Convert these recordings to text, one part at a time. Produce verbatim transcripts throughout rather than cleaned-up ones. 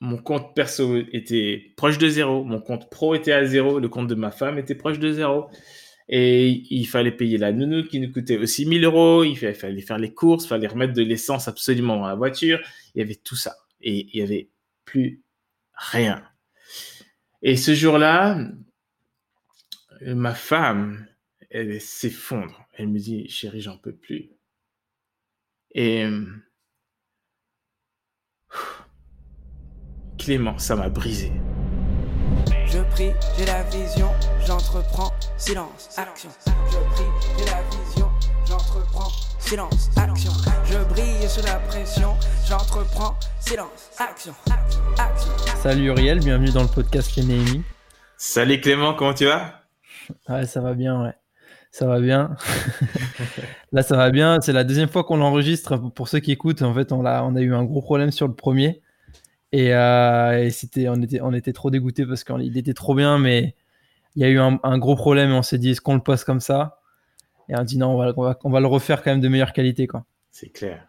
mon compte perso était proche de zéro, mon compte pro était à zéro, le compte de ma femme était proche de zéro. Et il fallait payer la nounou qui nous coûtait aussi mille euros, il fallait faire les courses, il fallait remettre de l'essence absolument dans la voiture. Il y avait tout ça. Et il n'y avait plus rien. Et ce jour-là, ma femme, elle s'effondre. Elle me dit, chérie, j'en peux plus. Et Clément, ça m'a brisé. Je prie, j'ai la vision, j'entreprends, silence, action. Je prie, j'ai la vision, j'entreprends, silence, action. Je brille sous la pression, j'entreprends, silence, action, action. Salut Uriel, bienvenue dans le podcast Les Néhémies. Salut Clément, comment tu vas? Ouais, ça va bien, ouais. Ça va bien. Là, ça va bien. C'est la deuxième fois qu'on l'enregistre. Pour ceux qui écoutent, en fait, on a, on a eu un gros problème sur le premier. Et, euh, et c'était, on, était, on était trop dégoûtés parce qu'il était trop bien, mais il y a eu un, un gros problème et on s'est dit, est-ce qu'on le poste comme ça? Et on a dit non, on va, on, va, on va le refaire quand même de meilleure qualité, quoi. C'est clair.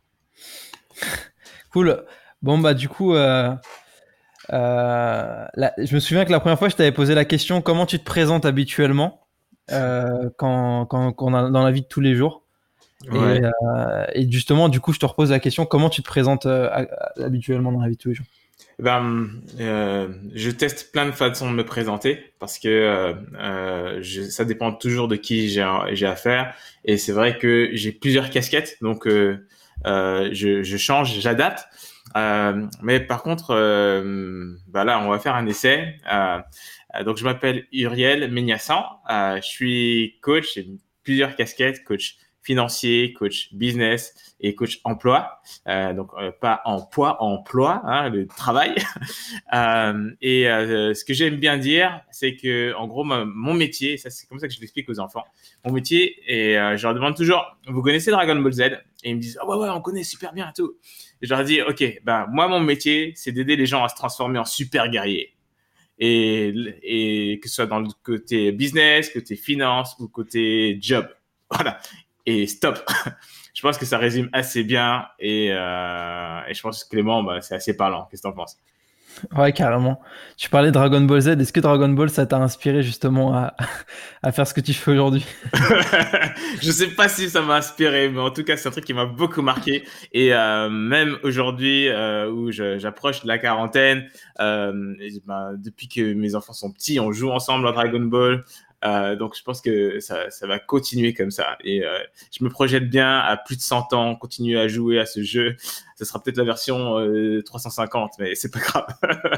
Cool. Bon, bah du coup, euh, euh, là, je me souviens que la première fois, je t'avais posé la question, comment tu te présentes habituellement euh, quand, quand, quand on a, dans la vie de tous les jours? Ouais. Et, euh, et justement, du coup, je te repose la question, comment tu te présentes euh, habituellement dans la vie de tous les jours? Ben, euh, je teste plein de façons de me présenter parce que euh, euh, je, ça dépend toujours de qui j'ai, j'ai affaire. Et c'est vrai que j'ai plusieurs casquettes, donc euh, euh, je, je change, j'adapte. Euh, mais par contre, euh, ben là, on va faire un essai. Euh, donc, je m'appelle Uriel Méniassan. Euh, je suis coach, j'ai plusieurs casquettes, coach financier, coach business et coach emploi. Euh, donc, euh, pas emploi, emploi, hein, le travail. euh, et euh, ce que j'aime bien dire, c'est que, en gros, ma, mon métier, ça c'est comme ça que je l'explique aux enfants. Mon métier, et euh, je leur demande toujours, vous connaissez Dragon Ball Z? Et ils me disent, ah oh, ouais, ouais, on connaît super bien et tout. Et je leur dis, ok, ben moi, mon métier, c'est d'aider les gens à se transformer en super guerriers. Et, et que ce soit dans le côté business, côté finance ou côté job. Voilà. Et stop. Je pense que ça résume assez bien et, euh, et je pense que Clément, bah, c'est assez parlant. Qu'est-ce que t'en penses? Ouais, carrément. Tu parlais de Dragon Ball Z. Est-ce que Dragon Ball, ça t'a inspiré justement à, à faire ce que tu fais aujourd'hui? Je sais pas si ça m'a inspiré, mais en tout cas, c'est un truc qui m'a beaucoup marqué. Et euh, même aujourd'hui, euh, où je, j'approche de la quarantaine, euh, et, ben, depuis que mes enfants sont petits, on joue ensemble à Dragon Ball. Euh, donc, je pense que ça, ça va continuer comme ça. Et euh, je me projette bien à plus de cent ans, continuer à jouer à ce jeu. Ce sera peut-être la version euh, trois cent cinquante, mais c'est pas grave.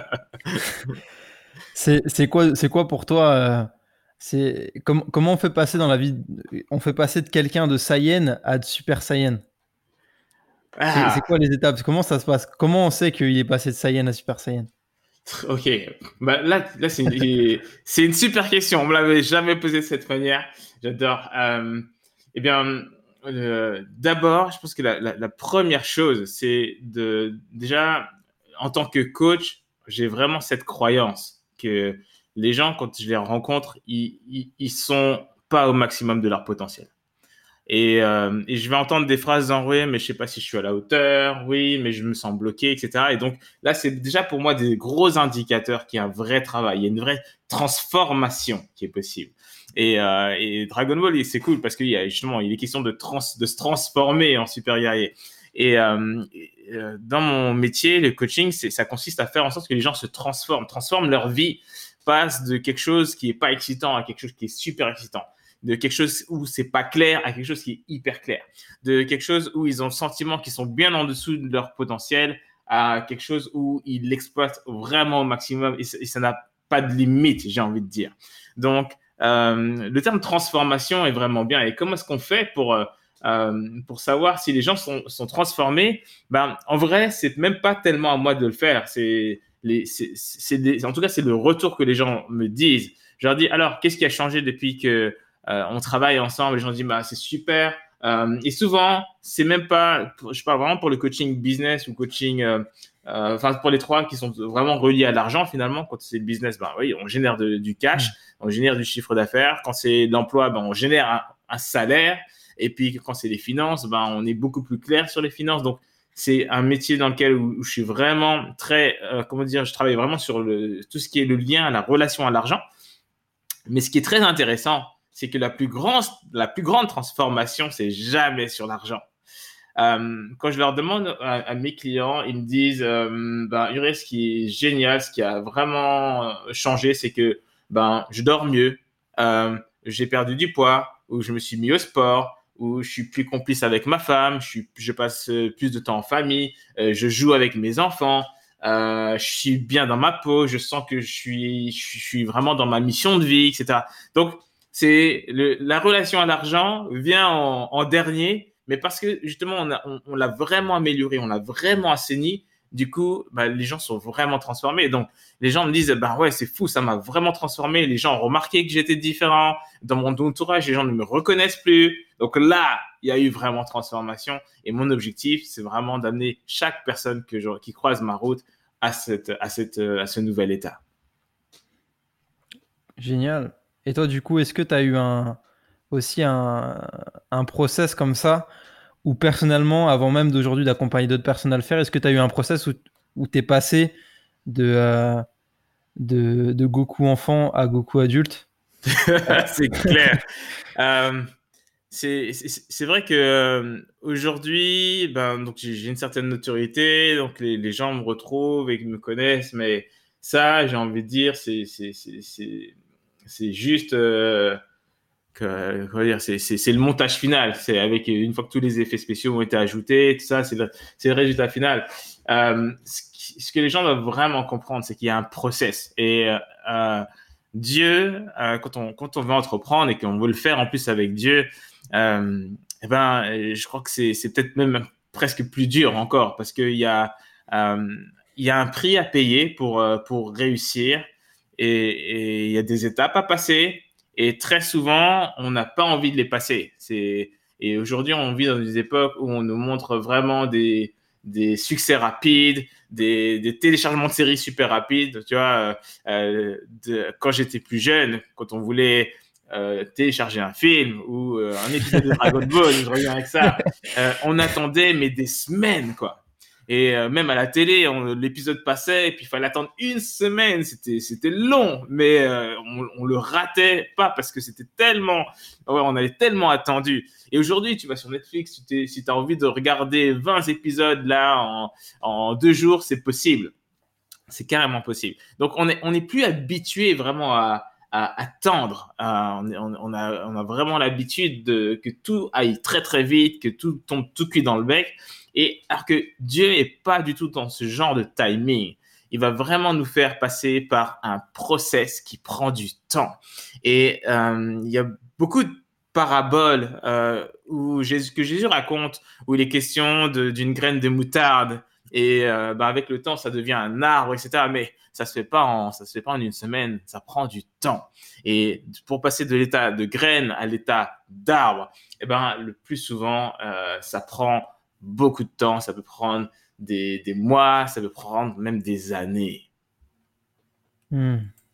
c'est, c'est, quoi, c'est quoi pour toi euh, c'est, com- Comment on fait passer dans la vie, on fait passer de quelqu'un de Saiyan à de Super Saiyan? C'est, Ah, c'est quoi les étapes? Comment ça se passe? Comment on sait qu'il est passé de Saiyan à Super Saiyan? ok. Bah, là, là c'est, une, c'est une super question. On me l'avait jamais posé de cette manière. J'adore. Euh, eh bien, euh, d'abord, je pense que la, la, la première chose, c'est de déjà, en tant que coach, j'ai vraiment cette croyance que les gens, quand je les rencontre, ils, ils, ils sont pas au maximum de leur potentiel. Et, euh, et je vais entendre des phrases en oui, mais je sais pas si je suis à la hauteur, oui, mais je me sens bloqué, et cetera. Et donc là, c'est déjà pour moi des gros indicateurs qu'il y a un vrai travail, il y a une vraie transformation qui est possible. Et, euh, et Dragon Ball, c'est cool parce qu'il y a justement, il est question de, trans, de se transformer en super guerrier. Et, euh, et euh, dans mon métier, le coaching, c'est, ça consiste à faire en sorte que les gens se transforment, transforment leur vie, passent de quelque chose qui est pas excitant à quelque chose qui est super excitant, de quelque chose où c'est pas clair à quelque chose qui est hyper clair, de quelque chose où ils ont le sentiment qu'ils sont bien en dessous de leur potentiel à quelque chose où ils l'exploitent vraiment au maximum et, et ça n'a pas de limite, j'ai envie de dire. Donc, euh, le terme transformation est vraiment bien. Et comment est-ce qu'on fait pour euh, pour savoir si les gens sont, sont transformés? Ben, en vrai, c'est même pas tellement à moi de le faire. C'est les, c'est, c'est des, en tout cas, c'est le retour que les gens me disent. Je leur dis, alors, qu'est-ce qui a changé depuis que euh, on travaille ensemble? Les gens disent, bah, c'est super. Euh, et souvent, c'est même pas, je parle vraiment pour le coaching business ou coaching, euh, euh, enfin, pour les trois qui sont vraiment reliés à l'argent finalement. Quand c'est le business, ben oui, on génère de, du cash, on génère du chiffre d'affaires. Quand c'est l'emploi, ben on génère un, un salaire. Et puis, quand c'est les finances, ben, on est beaucoup plus clair sur les finances. Donc, c'est un métier dans lequel où, où je suis vraiment très, euh, comment dire, je travaille vraiment sur le, tout ce qui est le lien, la relation à l'argent. Mais ce qui est très intéressant, c'est que la plus grande, la plus grande transformation, c'est jamais sur l'argent. Euh, quand je leur demande à, à mes clients, ils me disent, euh, ben, Ure, ce qui est génial, ce qui a vraiment changé, c'est que ben, je dors mieux, euh, j'ai perdu du poids, ou je me suis mis au sport, ou je suis plus complice avec ma femme, je, suis, je passe plus de temps en famille, euh, je joue avec mes enfants, euh, je suis bien dans ma peau, je sens que je suis, je suis vraiment dans ma mission de vie, et cetera. Donc, c'est le, la relation à l'argent vient en, en dernier, mais parce que justement, on, a, on, on l'a vraiment amélioré, on l'a vraiment assaini. Du coup, bah, les gens sont vraiment transformés. Donc, les gens me disent, bah ouais, c'est fou, ça m'a vraiment transformé. Les gens ont remarqué que j'étais différent. Dans mon entourage, les gens ne me reconnaissent plus. Donc là, il y a eu vraiment transformation. Et mon objectif, c'est vraiment d'amener chaque personne que je, qui croise ma route à, cette, à, cette, à ce nouvel état. Génial. Et toi, du coup, est-ce que tu as eu un, aussi un, un process comme ça où personnellement, avant même d'aujourd'hui d'accompagner d'autres personnes à le faire, est-ce que tu as eu un process où, où tu es passé de, euh, de, de Goku enfant à Goku adulte? C'est clair. euh, c'est, c'est, c'est vrai que euh, aujourd'hui, ben, donc j'ai, j'ai une certaine notoriété, donc les, les gens me retrouvent et me connaissent, mais ça, j'ai envie de dire, c'est, c'est, c'est, c'est, c'est juste... Euh, que, comment dire, c'est, c'est, c'est le montage final. C'est avec une fois que tous les effets spéciaux ont été ajoutés, tout ça, c'est le, c'est le résultat final. Euh, ce, qui, ce que les gens doivent vraiment comprendre, c'est qu'il y a un process. Et euh, Dieu, euh, quand on quand on veut entreprendre et qu'on veut le faire en plus avec Dieu, euh, eh ben, je crois que c'est c'est peut-être même presque plus dur encore parce qu'il y a euh, il y a un prix à payer pour pour réussir et, et il y a des étapes à passer. Et très souvent, on n'a pas envie de les passer. C'est... Et aujourd'hui, on vit dans des époques où on nous montre vraiment des, des succès rapides, des, des téléchargements de séries super rapides. Tu vois, euh, de... quand j'étais plus jeune, quand on voulait euh, télécharger un film ou euh, un épisode de Dragon Ball, je reviens avec ça, euh, on attendait mais des semaines, quoi. Et euh, même à la télé, on, l'épisode passait et puis il fallait attendre une semaine. C'était, c'était long, mais euh, on, on le ratait pas parce que c'était tellement, ouais, on avait tellement attendu. Et aujourd'hui, tu vas sur Netflix, tu t'es, si tu as envie de regarder vingt épisodes là en, en deux jours, c'est possible. C'est carrément possible. Donc on est, on n'est plus habitué vraiment à, à attendre. À, on, on, a, on a vraiment l'habitude de, que tout aille très très vite, que tout tombe tout cuit dans le bec. Et alors que Dieu est pas du tout dans ce genre de timing. Il va vraiment nous faire passer par un process qui prend du temps. Et euh, il y a beaucoup de paraboles euh, où Jésus, que Jésus raconte, où il est question de, d'une graine de moutarde. Et euh, bah avec le temps, ça devient un arbre, et cetera. Mais ça se fait pas en, ça se fait pas en une semaine. Ça prend du temps. Et pour passer de l'état de graine à l'état d'arbre, eh ben le plus souvent, euh, ça prend beaucoup de temps, ça peut prendre des, des mois, ça peut prendre même des années. Mmh.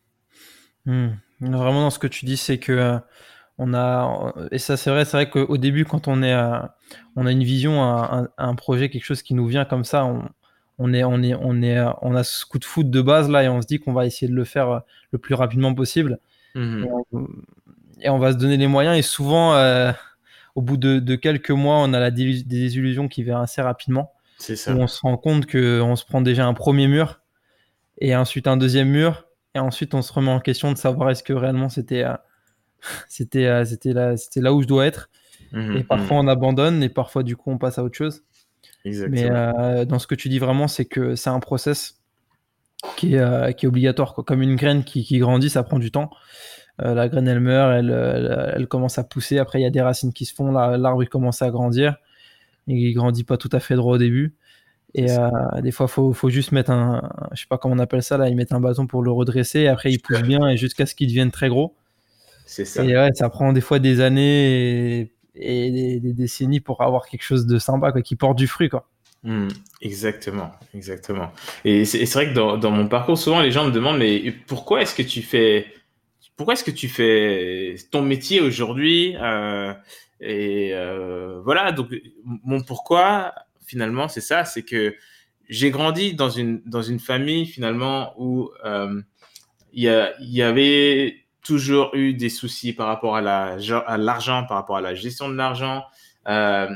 Mmh. Vraiment, dans ce que tu dis, c'est que euh, on a, et ça c'est vrai, c'est vrai qu'au début, quand on est, euh, on a une vision, un, un, un projet, quelque chose qui nous vient comme ça, on, on est, on est, on est, on a ce coup de foot de base là, et on se dit qu'on va essayer de le faire le plus rapidement possible, mmh. et, on, et on va se donner les moyens. Et souvent, euh, au bout de, de quelques mois, on a la dé- des désillusions qui viennent assez rapidement. C'est ça. Où on se rend compte qu'on se prend déjà un premier mur et ensuite un deuxième mur. Et ensuite, on se remet en question de savoir est-ce que réellement c'était, euh, c'était, euh, c'était, là, c'était là où je dois être. Mmh, et parfois, mmh. on abandonne et parfois, du coup, on passe à autre chose. Exactement. Mais euh, dans ce que tu dis vraiment, c'est que c'est un process qui est, euh, qui est obligatoire, quoi. Comme une graine qui, qui grandit, ça prend du temps. Euh, la graine, elle meurt, elle, elle, elle commence à pousser. Après, il y a des racines qui se font. Là, l'arbre, il commence à grandir. Et il grandit pas tout à fait droit au début. Et euh, des fois, il faut, faut juste mettre un, un, je sais pas comment on appelle ça, là, ils mettent un bâton pour le redresser. Et après, il pousse bien et jusqu'à ce qu'il devienne très gros. C'est ça. Et ouais, ça prend des fois des années et, et des, des décennies pour avoir quelque chose de sympa, quoi, qui porte du fruit, quoi. Mmh, exactement, exactement. Et c'est, et c'est vrai que dans, dans mon parcours, souvent les gens me demandent, mais pourquoi est-ce que tu fais, pourquoi est-ce que tu fais ton métier aujourd'hui euh, Et euh, voilà, donc mon pourquoi, finalement, c'est ça, c'est que j'ai grandi dans une, dans une famille, finalement, où euh, il y, a, il y avait toujours eu des soucis par rapport à, la, à l'argent, par rapport à la gestion de l'argent. Euh,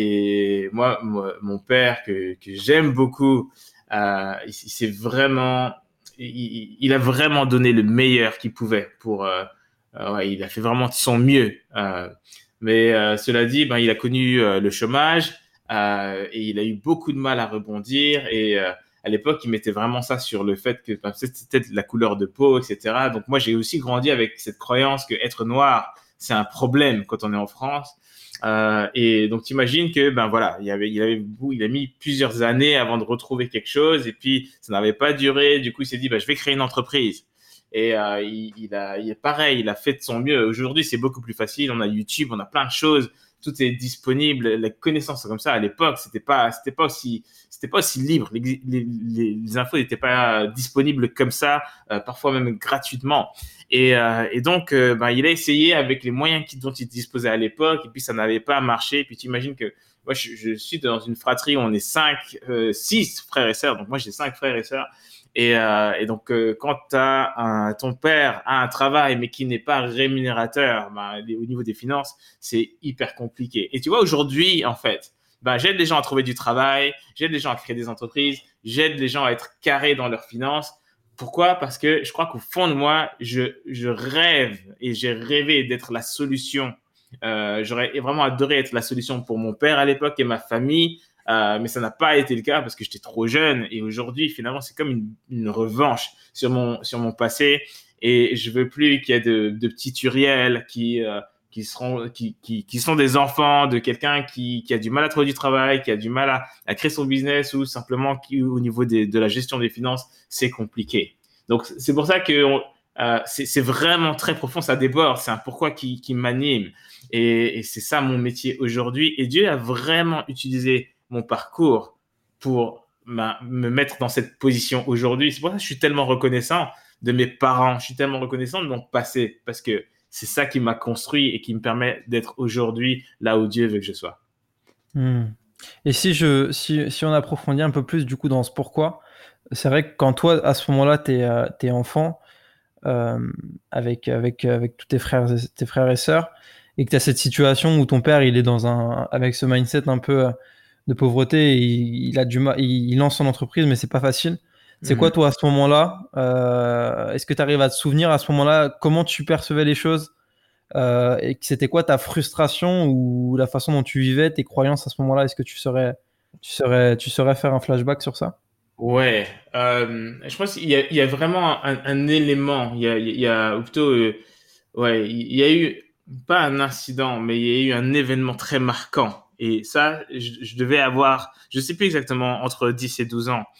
et moi, moi, mon père, que, que j'aime beaucoup, euh, il, il s'est vraiment... Il, il a vraiment donné le meilleur qu'il pouvait pour... Euh, euh, ouais, il a fait vraiment de son mieux. Euh, mais euh, cela dit, ben, il a connu euh, le chômage euh, et il a eu beaucoup de mal à rebondir. Et euh, à l'époque, il mettait vraiment ça sur le fait que ben, c'était la couleur de peau, et cetera. Donc moi, j'ai aussi grandi avec cette croyance que être noir, c'est un problème quand on est en France. Euh, et donc, t'imagines que, ben voilà, il avait, il avait, il a mis plusieurs années avant de retrouver quelque chose, et puis ça n'avait pas duré. Du coup, il s'est dit, ben, je vais créer une entreprise. Et euh, il, il a, il est pareil, il a fait de son mieux. Aujourd'hui, c'est beaucoup plus facile. On a YouTube, on a plein de choses, tout est disponible. Les connaissances comme ça, à l'époque, c'était pas, c'était pas aussi, c'était pas aussi libre. Les, les, les infos n'étaient pas disponibles comme ça, euh, parfois même gratuitement. Et, euh, et donc, euh, ben, il a essayé avec les moyens dont il disposait à l'époque, et puis ça n'avait pas marché. Et puis tu imagines que moi, je, je suis dans une fratrie où on est cinq, euh, six frères et sœurs. Donc moi, j'ai cinq frères et sœurs. Et, euh, et donc, euh, quand t'as un, ton père a un travail, mais qui n'est pas rémunérateur, ben, au niveau des finances, c'est hyper compliqué. Et tu vois, aujourd'hui, en fait, ben, j'aide les gens à trouver du travail, j'aide les gens à créer des entreprises, j'aide les gens à être carrés dans leurs finances. Pourquoi? Parce que je crois qu'au fond de moi, je, je rêve et j'ai rêvé d'être la solution. Euh, j'aurais vraiment adoré être la solution pour mon père à l'époque et ma famille. Euh, mais ça n'a pas été le cas parce que j'étais trop jeune. Et aujourd'hui, finalement, c'est comme une, une revanche sur mon, sur mon passé. Et je veux plus qu'il y ait de, de petits Uriel qui, euh, qui, seront, qui, qui, qui sont des enfants de quelqu'un qui, qui a du mal à trouver du travail, qui a du mal à, à créer son business ou simplement qui, au niveau des, de la gestion des finances, c'est compliqué. Donc, c'est pour ça que on, euh, c'est, c'est vraiment très profond, ça déborde. C'est un pourquoi qui, qui m'anime. Et, et c'est ça mon métier aujourd'hui. Et Dieu a vraiment utilisé mon parcours pour ma, me mettre dans cette position aujourd'hui. C'est pour ça que je suis tellement reconnaissant de mes parents. Je suis tellement reconnaissant de mon passé parce que c'est ça qui m'a construit et qui me permet d'être aujourd'hui là où Dieu veut que je sois. Mmh. Et si, je, si, si on approfondit un peu plus du coup dans ce pourquoi, c'est vrai que quand toi, à ce moment-là, t'es, euh, t'es enfant euh, avec, avec, avec tous tes frères, tes frères et sœurs et que tu as cette situation où ton père, il est dans un, avec ce mindset un peu de pauvreté, il, il a du mal, il, il lance son entreprise, mais c'est pas facile. C'est mmh. quoi toi à ce moment-là euh, Est-ce que tu arrives à te souvenir à ce moment-là comment tu percevais les choses euh, et c'était quoi ta frustration ou la façon dont tu vivais tes croyances à ce moment-là? Est-ce que tu saurais, tu saurais, tu saurais faire un flashback sur ça? Ouais, euh, je pense qu'il y a, il y a vraiment un, un élément. Il y a, il y a ou plutôt, euh, ouais, il y a eu pas un incident, mais il y a eu un événement très marquant. Et ça, je, je devais avoir, je sais plus exactement, entre dix et douze ans.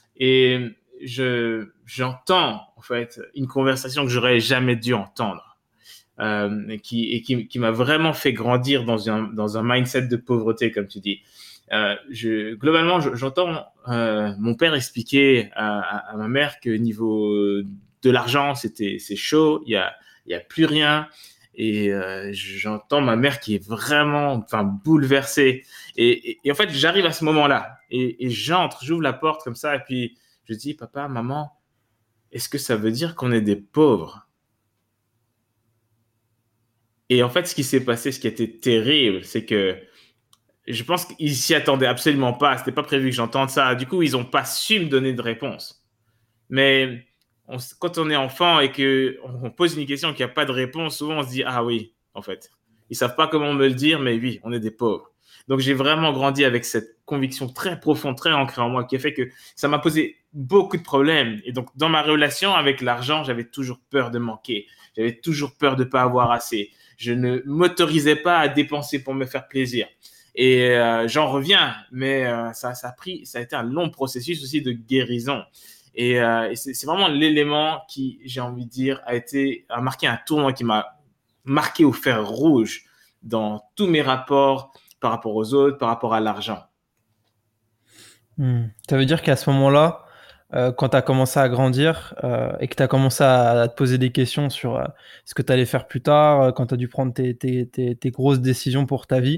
Et je, j'entends, en fait, une conversation que j'aurais jamais dû entendre. Euh, et qui, et qui, qui m'a vraiment fait grandir dans un, dans un mindset de pauvreté, comme tu dis. Euh, je, globalement, je, j'entends euh, mon père expliquer à, à, à ma mère que niveau de l'argent, c'était, c'est chaud, il y a, il y a plus rien. Et euh, j'entends ma mère qui est vraiment, enfin, bouleversée. Et, et, et en fait, j'arrive à ce moment-là et, et j'entre, j'ouvre la porte comme ça et puis je dis, papa, maman, est-ce que ça veut dire qu'on est des pauvres? Et en fait, ce qui s'est passé, ce qui a été terrible, c'est que je pense qu'ils s'y attendaient absolument pas. C'était pas prévu que j'entende ça. Du coup, ils ont pas su me donner de réponse. Mais on, quand on est enfant et que on pose une question qui a pas de réponse, souvent on se dit ah oui, en fait, ils savent pas comment me le dire, mais oui, on est des pauvres. Donc j'ai vraiment grandi avec cette conviction très profonde, très ancrée en moi, qui a fait que ça m'a posé beaucoup de problèmes. Et donc dans ma relation avec l'argent, j'avais toujours peur de manquer. J'avais toujours peur de pas avoir assez. Je ne m'autorisais pas à dépenser pour me faire plaisir. Et euh, j'en reviens, mais euh, ça, ça a pris, ça a été un long processus aussi de guérison. Et, euh, et c'est, c'est vraiment l'élément qui, j'ai envie de dire, a été, a marqué un tournant qui m'a marqué au fer rouge dans tous mes rapports par rapport aux autres, par rapport à l'argent. Mmh. Ça veut dire qu'à ce moment-là, euh, quand tu as commencé à grandir euh, et que tu as commencé à, à te poser des questions sur euh, ce que tu allais faire plus tard, euh, quand tu as dû prendre tes, tes, tes, tes grosses décisions pour ta vie,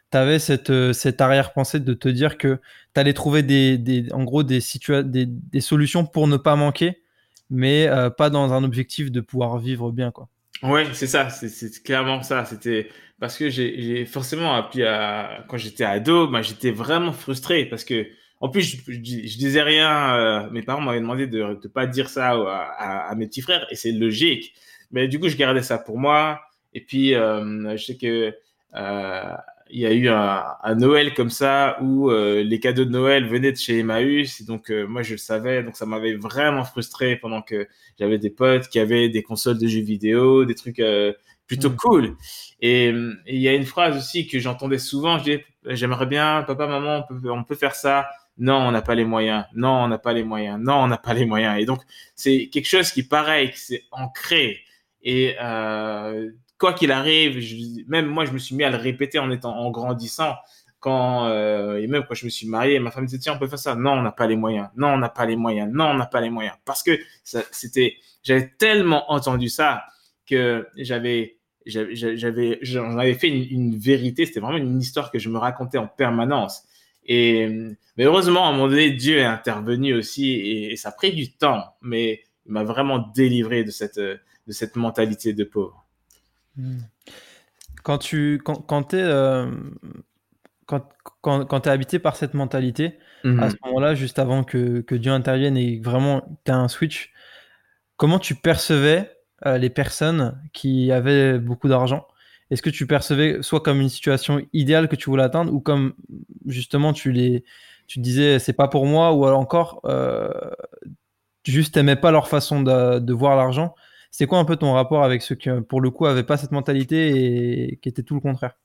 tu avais cette, euh, cette arrière-pensée de te dire que tu allais trouver des, des, en gros des, situa- des, des solutions pour ne pas manquer, mais euh, pas dans un objectif de pouvoir vivre bien, quoi. Ouais, c'est ça, c'est c'est clairement ça. C'était parce que j'ai j'ai forcément appris à quand j'étais ado, bah, j'étais vraiment frustré parce que en plus je, je, dis- je disais rien. Euh, mes parents m'avaient demandé de de pas dire ça à, à, à mes petits frères et c'est logique. Mais du coup, je gardais ça pour moi. Et puis euh, je sais que euh, il y a eu un, un Noël comme ça où euh, les cadeaux de Noël venaient de chez Emmaüs. Et donc euh, moi je le savais, donc ça m'avait vraiment frustré pendant que j'avais des potes qui avaient des consoles de jeux vidéo, des trucs euh, plutôt Mm. cool. Et euh, et il y a une phrase aussi que j'entendais souvent, je disais, j'aimerais bien, papa, maman, on peut, on peut faire ça. Non, on n'a pas les moyens. Non, on n'a pas les moyens. Non, on n'a pas les moyens. Et donc, c'est quelque chose qui, pareil, qui s'est ancré. Et euh, quoi qu'il arrive, je- même moi, je me suis mis à le répéter en étant, en grandissant. Quand, euh, et même quand je me suis marié, ma femme disait, tiens, on peut faire ça. Non, on n'a pas les moyens. Non, on n'a pas les moyens. Non, on n'a pas les moyens. Parce que ça, c'était, j'avais tellement entendu ça que j'avais, j'avais, j'avais, j'en avais fait une, une vérité. C'était vraiment une histoire que je me racontais en permanence. Et, mais heureusement, à un moment donné, Dieu est intervenu aussi et, et ça a pris du temps, mais il m'a vraiment délivré de cette, de cette mentalité de pauvre. Mm. Quand tu quand, quand t'es, euh, quand, quand, quand t'es habité par cette mentalité, à ce Mhm. moment-là, juste avant que, que Dieu intervienne et vraiment tu as un switch, comment tu percevais euh, les personnes qui avaient beaucoup d'argent? Est-ce que tu percevais soit comme une situation idéale que tu voulais atteindre ou comme justement tu les tu te disais c'est pas pour moi ou alors encore euh, juste t'aimais pas leur façon de, de voir l'argent? C'est quoi un peu ton rapport avec ceux qui pour le coup avaient pas cette mentalité et qui étaient tout le contraire?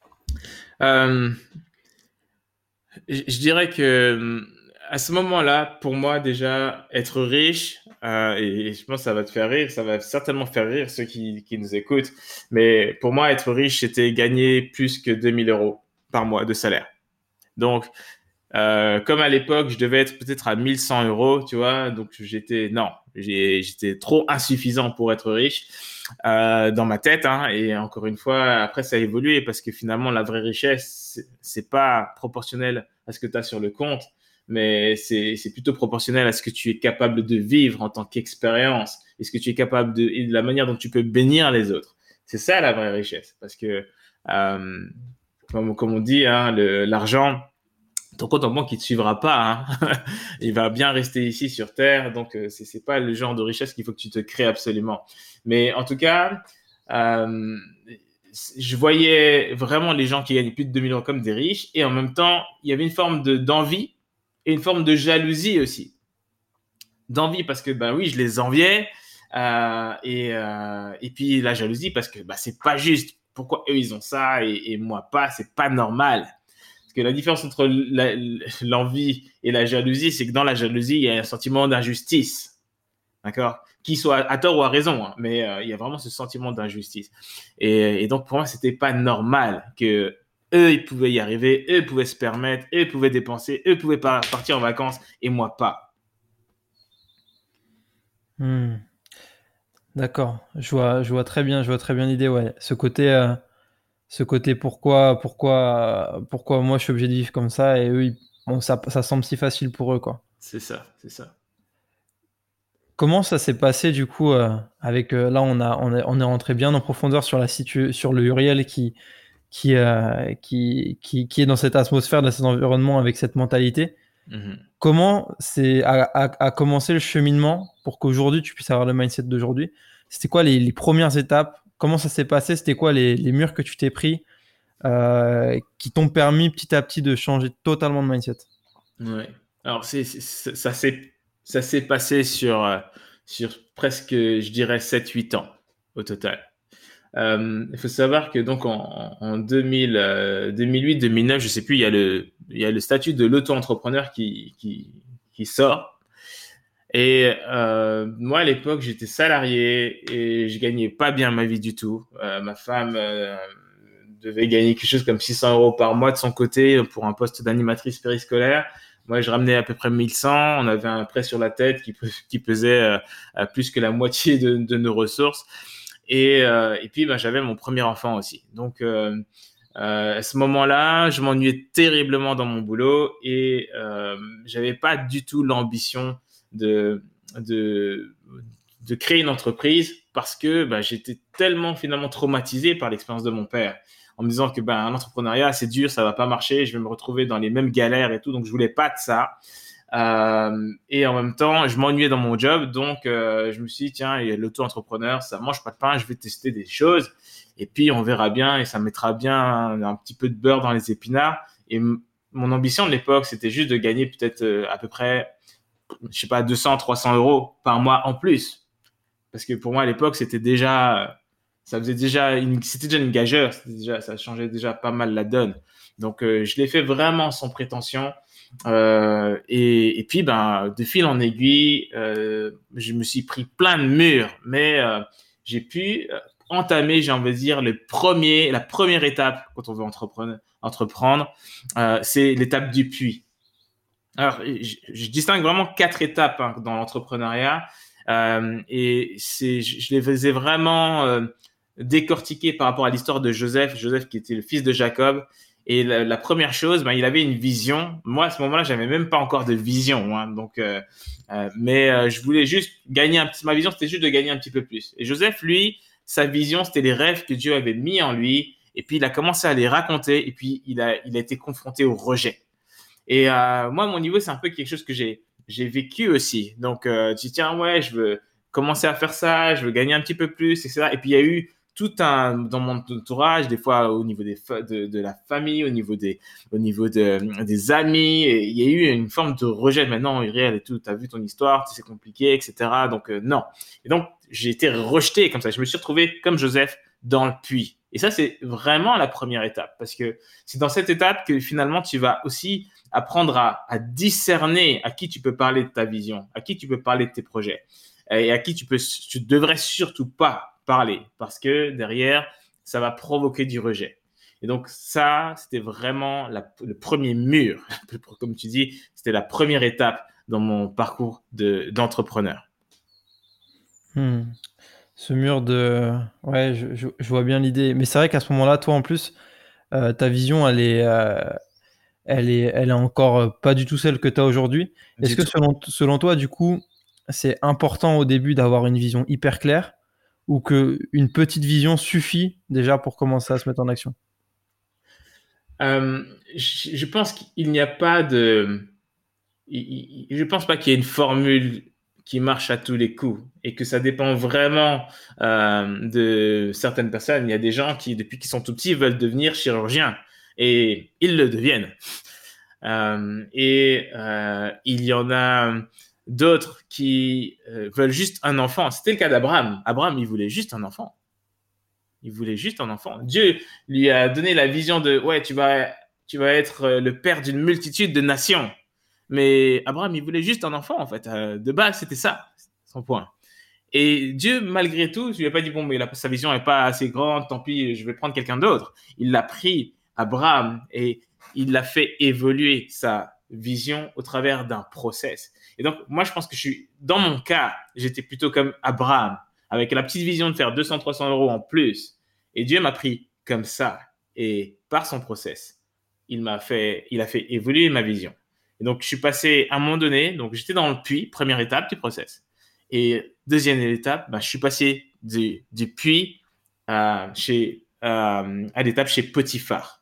Euh, je, je dirais que à ce moment-là, pour moi déjà, être riche, euh, et, et je pense que ça va te faire rire, ça va certainement faire rire ceux qui, qui nous écoutent, mais pour moi, être riche, c'était gagner plus que deux mille euros par mois de salaire. Donc, Euh, comme à l'époque, je devais être peut-être à mille cent euros, tu vois. Donc j'étais non, j'ai- j'étais trop insuffisant pour être riche euh, dans ma tête. Hein, et encore une fois, après ça a évolué parce que finalement la vraie richesse, c'est c'est pas proportionnel à ce que tu as sur le compte, mais c'est c'est plutôt proportionnel à ce que tu es capable de vivre en tant qu'expérience et ce que tu es capable de et de la manière dont tu peux bénir les autres. C'est ça la vraie richesse, parce que euh, comme comme on dit, hein, le- l'argent ton compte en banque, il te suivra pas, hein. Il va bien rester ici sur Terre. Donc, euh, c'est, c'est pas le genre de richesse qu'il faut que tu te crées absolument. Mais en tout cas, euh, je voyais vraiment les gens qui gagnaient plus de deux mille euros comme des riches. Et en même temps, il y avait une forme de, d'envie et une forme de jalousie aussi. D'envie parce que, ben oui, je les enviais. Euh, et, euh, et puis la jalousie parce que bah, c'est pas juste. Pourquoi eux, ils ont ça et, et moi pas? C'est pas normal. Parce que la différence entre la- l'envie et la jalousie, c'est que dans la jalousie, il y a un sentiment d'injustice. D'accord? Qui soit à tort ou à raison, hein, mais euh, il y a vraiment ce sentiment d'injustice. Et, et donc, pour moi, c'était pas normal que eux, ils pouvaient y arriver, eux pouvaient se permettre, eux pouvaient dépenser, eux pouvaient par- partir en vacances et moi pas. Hmm. D'accord, je vois, je vois très bien, je vois très bien l'idée, ouais. Ce côté, euh, ce côté pourquoi, pourquoi, pourquoi moi je suis obligé de vivre comme ça et eux, ils- bon, ça, ça semble si facile pour eux, quoi. C'est ça, c'est ça. Comment ça s'est passé du coup euh, avec euh, là on a, on est, on est rentré bien en profondeur sur la situ, sur le Uriel qui, qui, euh, qui, qui, qui est dans cette atmosphère, dans cet environnement avec cette mentalité. Mhm. Comment c'est a, a- a commencé le cheminement pour qu'aujourd'hui tu puisses avoir le mindset d'aujourd'hui? C'était quoi les, les premières étapes? Comment ça s'est passé? C'était quoi les, les murs que tu t'es pris euh, qui t'ont permis petit à petit de changer totalement de mindset? Ouais. Alors, c'est, c'est- c'est- ça s'est, ça s'est passé sur, euh, sur presque, je dirais, sept huit ans au total. Euh, il faut savoir que donc en, en deux mille, euh, deux mille huit, deux mille neuf, je sais plus, il y a le, il y a le statut de l'auto-entrepreneur qui, qui, qui sort. Et euh, moi, à l'époque, j'étais salarié et je gagnais pas bien ma vie du tout. Euh, ma femme euh, devait gagner quelque chose comme six cents euros par mois de son côté pour un poste d'animatrice périscolaire. Moi, je ramenais à peu près mille cent. On avait un prêt sur la tête qui, qui pesait euh, plus que la moitié de, de nos ressources. Et, euh, et puis, ben, j'avais mon premier enfant aussi. Donc, euh, Euh, à ce moment-là, je m'ennuyais terriblement dans mon boulot et euh, j'avais pas du tout l'ambition de, de, de créer une entreprise parce que bah, j'étais tellement finalement traumatisé par l'expérience de mon père en me disant que bah, l'entrepreneuriat, c'est dur, ça va pas marcher, je vais me retrouver dans les mêmes galères et tout, donc je voulais pas de ça. Euh, et en même temps, je m'ennuyais dans mon job, donc euh, je me suis dit, tiens, l'auto-entrepreneur, ça mange pas de pain, je vais tester des choses. Et puis, on verra bien et ça mettra bien un, un petit peu de beurre dans les épinards. Et m- mon ambition de l'époque, c'était juste de gagner peut-être euh, à peu près, je sais pas, deux cents, trois cents euros par mois en plus. Parce que pour moi, à l'époque, c'était déjà, ça faisait déjà une, c'était déjà une gageure. C'était déjà, ça changeait déjà pas mal la donne. Donc, euh, je l'ai fait vraiment sans prétention. Euh, et, et puis, ben, de fil en aiguille, euh, je me suis pris plein de murs, mais euh, j'ai pu euh, entamer, j'ai envie de dire, le premier, la première étape quand on veut entreprendre, entreprendre euh, c'est l'étape du puits. Alors, je, je distingue vraiment quatre étapes hein, dans l'entrepreneuriat euh, et c'est, je, je les faisais vraiment euh, décortiquer par rapport à l'histoire de Joseph, Joseph qui était le fils de Jacob. Et la, la première chose, ben, il avait une vision. Moi, à ce moment-là, j'avais même pas encore de vision, hein, donc, euh, euh, mais euh, je voulais juste gagner un petit. Ma vision, c'était juste de gagner un petit peu plus. Et Joseph, lui, sa vision, c'était les rêves que Dieu avait mis en lui. Et puis, il a commencé à les raconter. Et puis, il a, il a été confronté au rejet. Et euh, moi, à mon niveau, c'est un peu quelque chose que j'ai, j'ai vécu aussi. Donc, euh, tu dis, tiens, ouais, je veux commencer à faire ça, je veux gagner un petit peu plus, et cetera. Et puis, il y a eu tout un, dans mon entourage, des fois au niveau des, de, de la famille, au niveau des, au niveau de, des amis, et il y a eu une forme de rejet. Maintenant, Uriel et tout, t'as vu ton histoire, c'est compliqué, et cetera. Donc, euh, non. Et donc, j'ai été rejeté comme ça. Je me suis retrouvé comme Joseph dans le puits. Et ça, c'est vraiment la première étape parce que c'est dans cette étape que finalement, tu vas aussi apprendre à, à discerner à qui tu peux parler de ta vision, à qui tu peux parler de tes projets et à qui tu peux, tu devrais surtout pas parler parce que derrière, ça va provoquer du rejet. Et donc ça, c'était vraiment la, le premier mur, comme tu dis, c'était la première étape dans mon parcours de, d'entrepreneur. Hmm. Ce mur de... Ouais, je, je, je vois bien l'idée. Mais c'est vrai qu'à ce moment-là, toi en plus, euh, ta vision, elle est, euh, elle est, elle est encore pas du tout celle que tu as aujourd'hui. Est-ce que selon, selon toi, du coup, c'est important au début d'avoir une vision hyper claire ou qu'une petite vision suffit déjà pour commencer à se mettre en action? euh, je, je pense qu'il n'y a pas de... Je pense pas qu'il y ait une formule qui marche à tous les coups et que ça dépend vraiment euh, de certaines personnes. Il y a des gens qui, depuis qu'ils sont tout petits, veulent devenir chirurgiens et ils le deviennent. Euh, et euh, il y en a d'autres qui euh, veulent juste un enfant. C'était le cas d'Abraham. Abraham, il voulait juste un enfant. Il voulait juste un enfant. Dieu lui a donné la vision de, ouais, tu vas, tu vas être le père d'une multitude de nations. Mais Abraham, il voulait juste un enfant, en fait. Euh, de base, c'était ça, son point. Et Dieu, malgré tout, je lui ai pas dit, bon, mais la, sa vision est pas assez grande, tant pis, je vais prendre quelqu'un d'autre. Il l'a pris, Abraham, et il l'a fait évoluer sa vision au travers d'un process. Et donc, moi, je pense que je suis, dans mon cas, j'étais plutôt comme Abraham, avec la petite vision de faire deux cents, trois cents euros en plus. Et Dieu m'a pris comme ça. Et par son process, il m'a fait, il a fait évoluer ma vision. Et donc, je suis passé à un moment donné, donc j'étais dans le puits, première étape du process. Et deuxième étape, bah, je suis passé du, du puits euh, chez, euh, à l'étape chez Potiphar.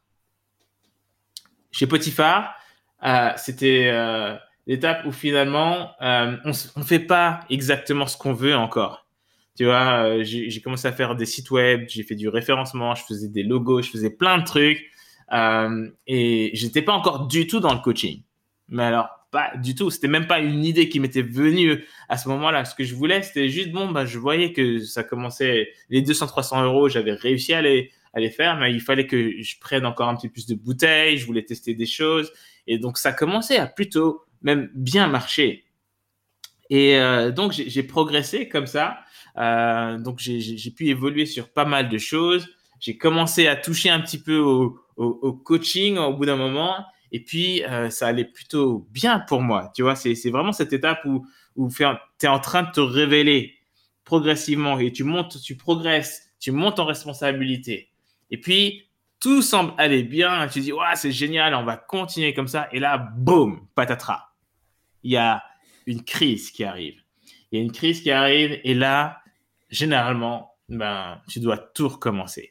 Chez Potiphar, euh, c'était euh, l'étape où finalement, euh, on ne fait pas exactement ce qu'on veut encore. Tu vois, euh, j'ai, j'ai commencé à faire des sites web, j'ai fait du référencement, je faisais des logos, je faisais plein de trucs. Euh, et j'étais pas encore du tout dans le coaching. Mais alors, pas du tout. C'était même pas une idée qui m'était venue à ce moment-là. Ce que je voulais, c'était juste, bon, bah, je voyais que ça commençait, les deux cents, trois cents euros, j'avais réussi à les, à les faire, mais il fallait que je prenne encore un petit peu plus de bouteilles. Je voulais tester des choses. Et donc, ça commençait à plutôt même bien marcher. Et euh, donc, j'ai, j'ai progressé comme ça. Euh, donc, j'ai, j'ai, j'ai pu évoluer sur pas mal de choses. J'ai commencé à toucher un petit peu au, au, au coaching au bout d'un moment. Et puis, euh, ça allait plutôt bien pour moi. Tu vois, c'est, c'est vraiment cette étape où, où tu es en train de te révéler progressivement et tu montes, tu progresses, tu montes en responsabilité. Et puis, tout semble aller bien. Tu dis, ouais, c'est génial, on va continuer comme ça. Et là, boum, patatras. Il y a une crise qui arrive. Il y a une crise qui arrive et là, généralement, ben, tu dois tout recommencer.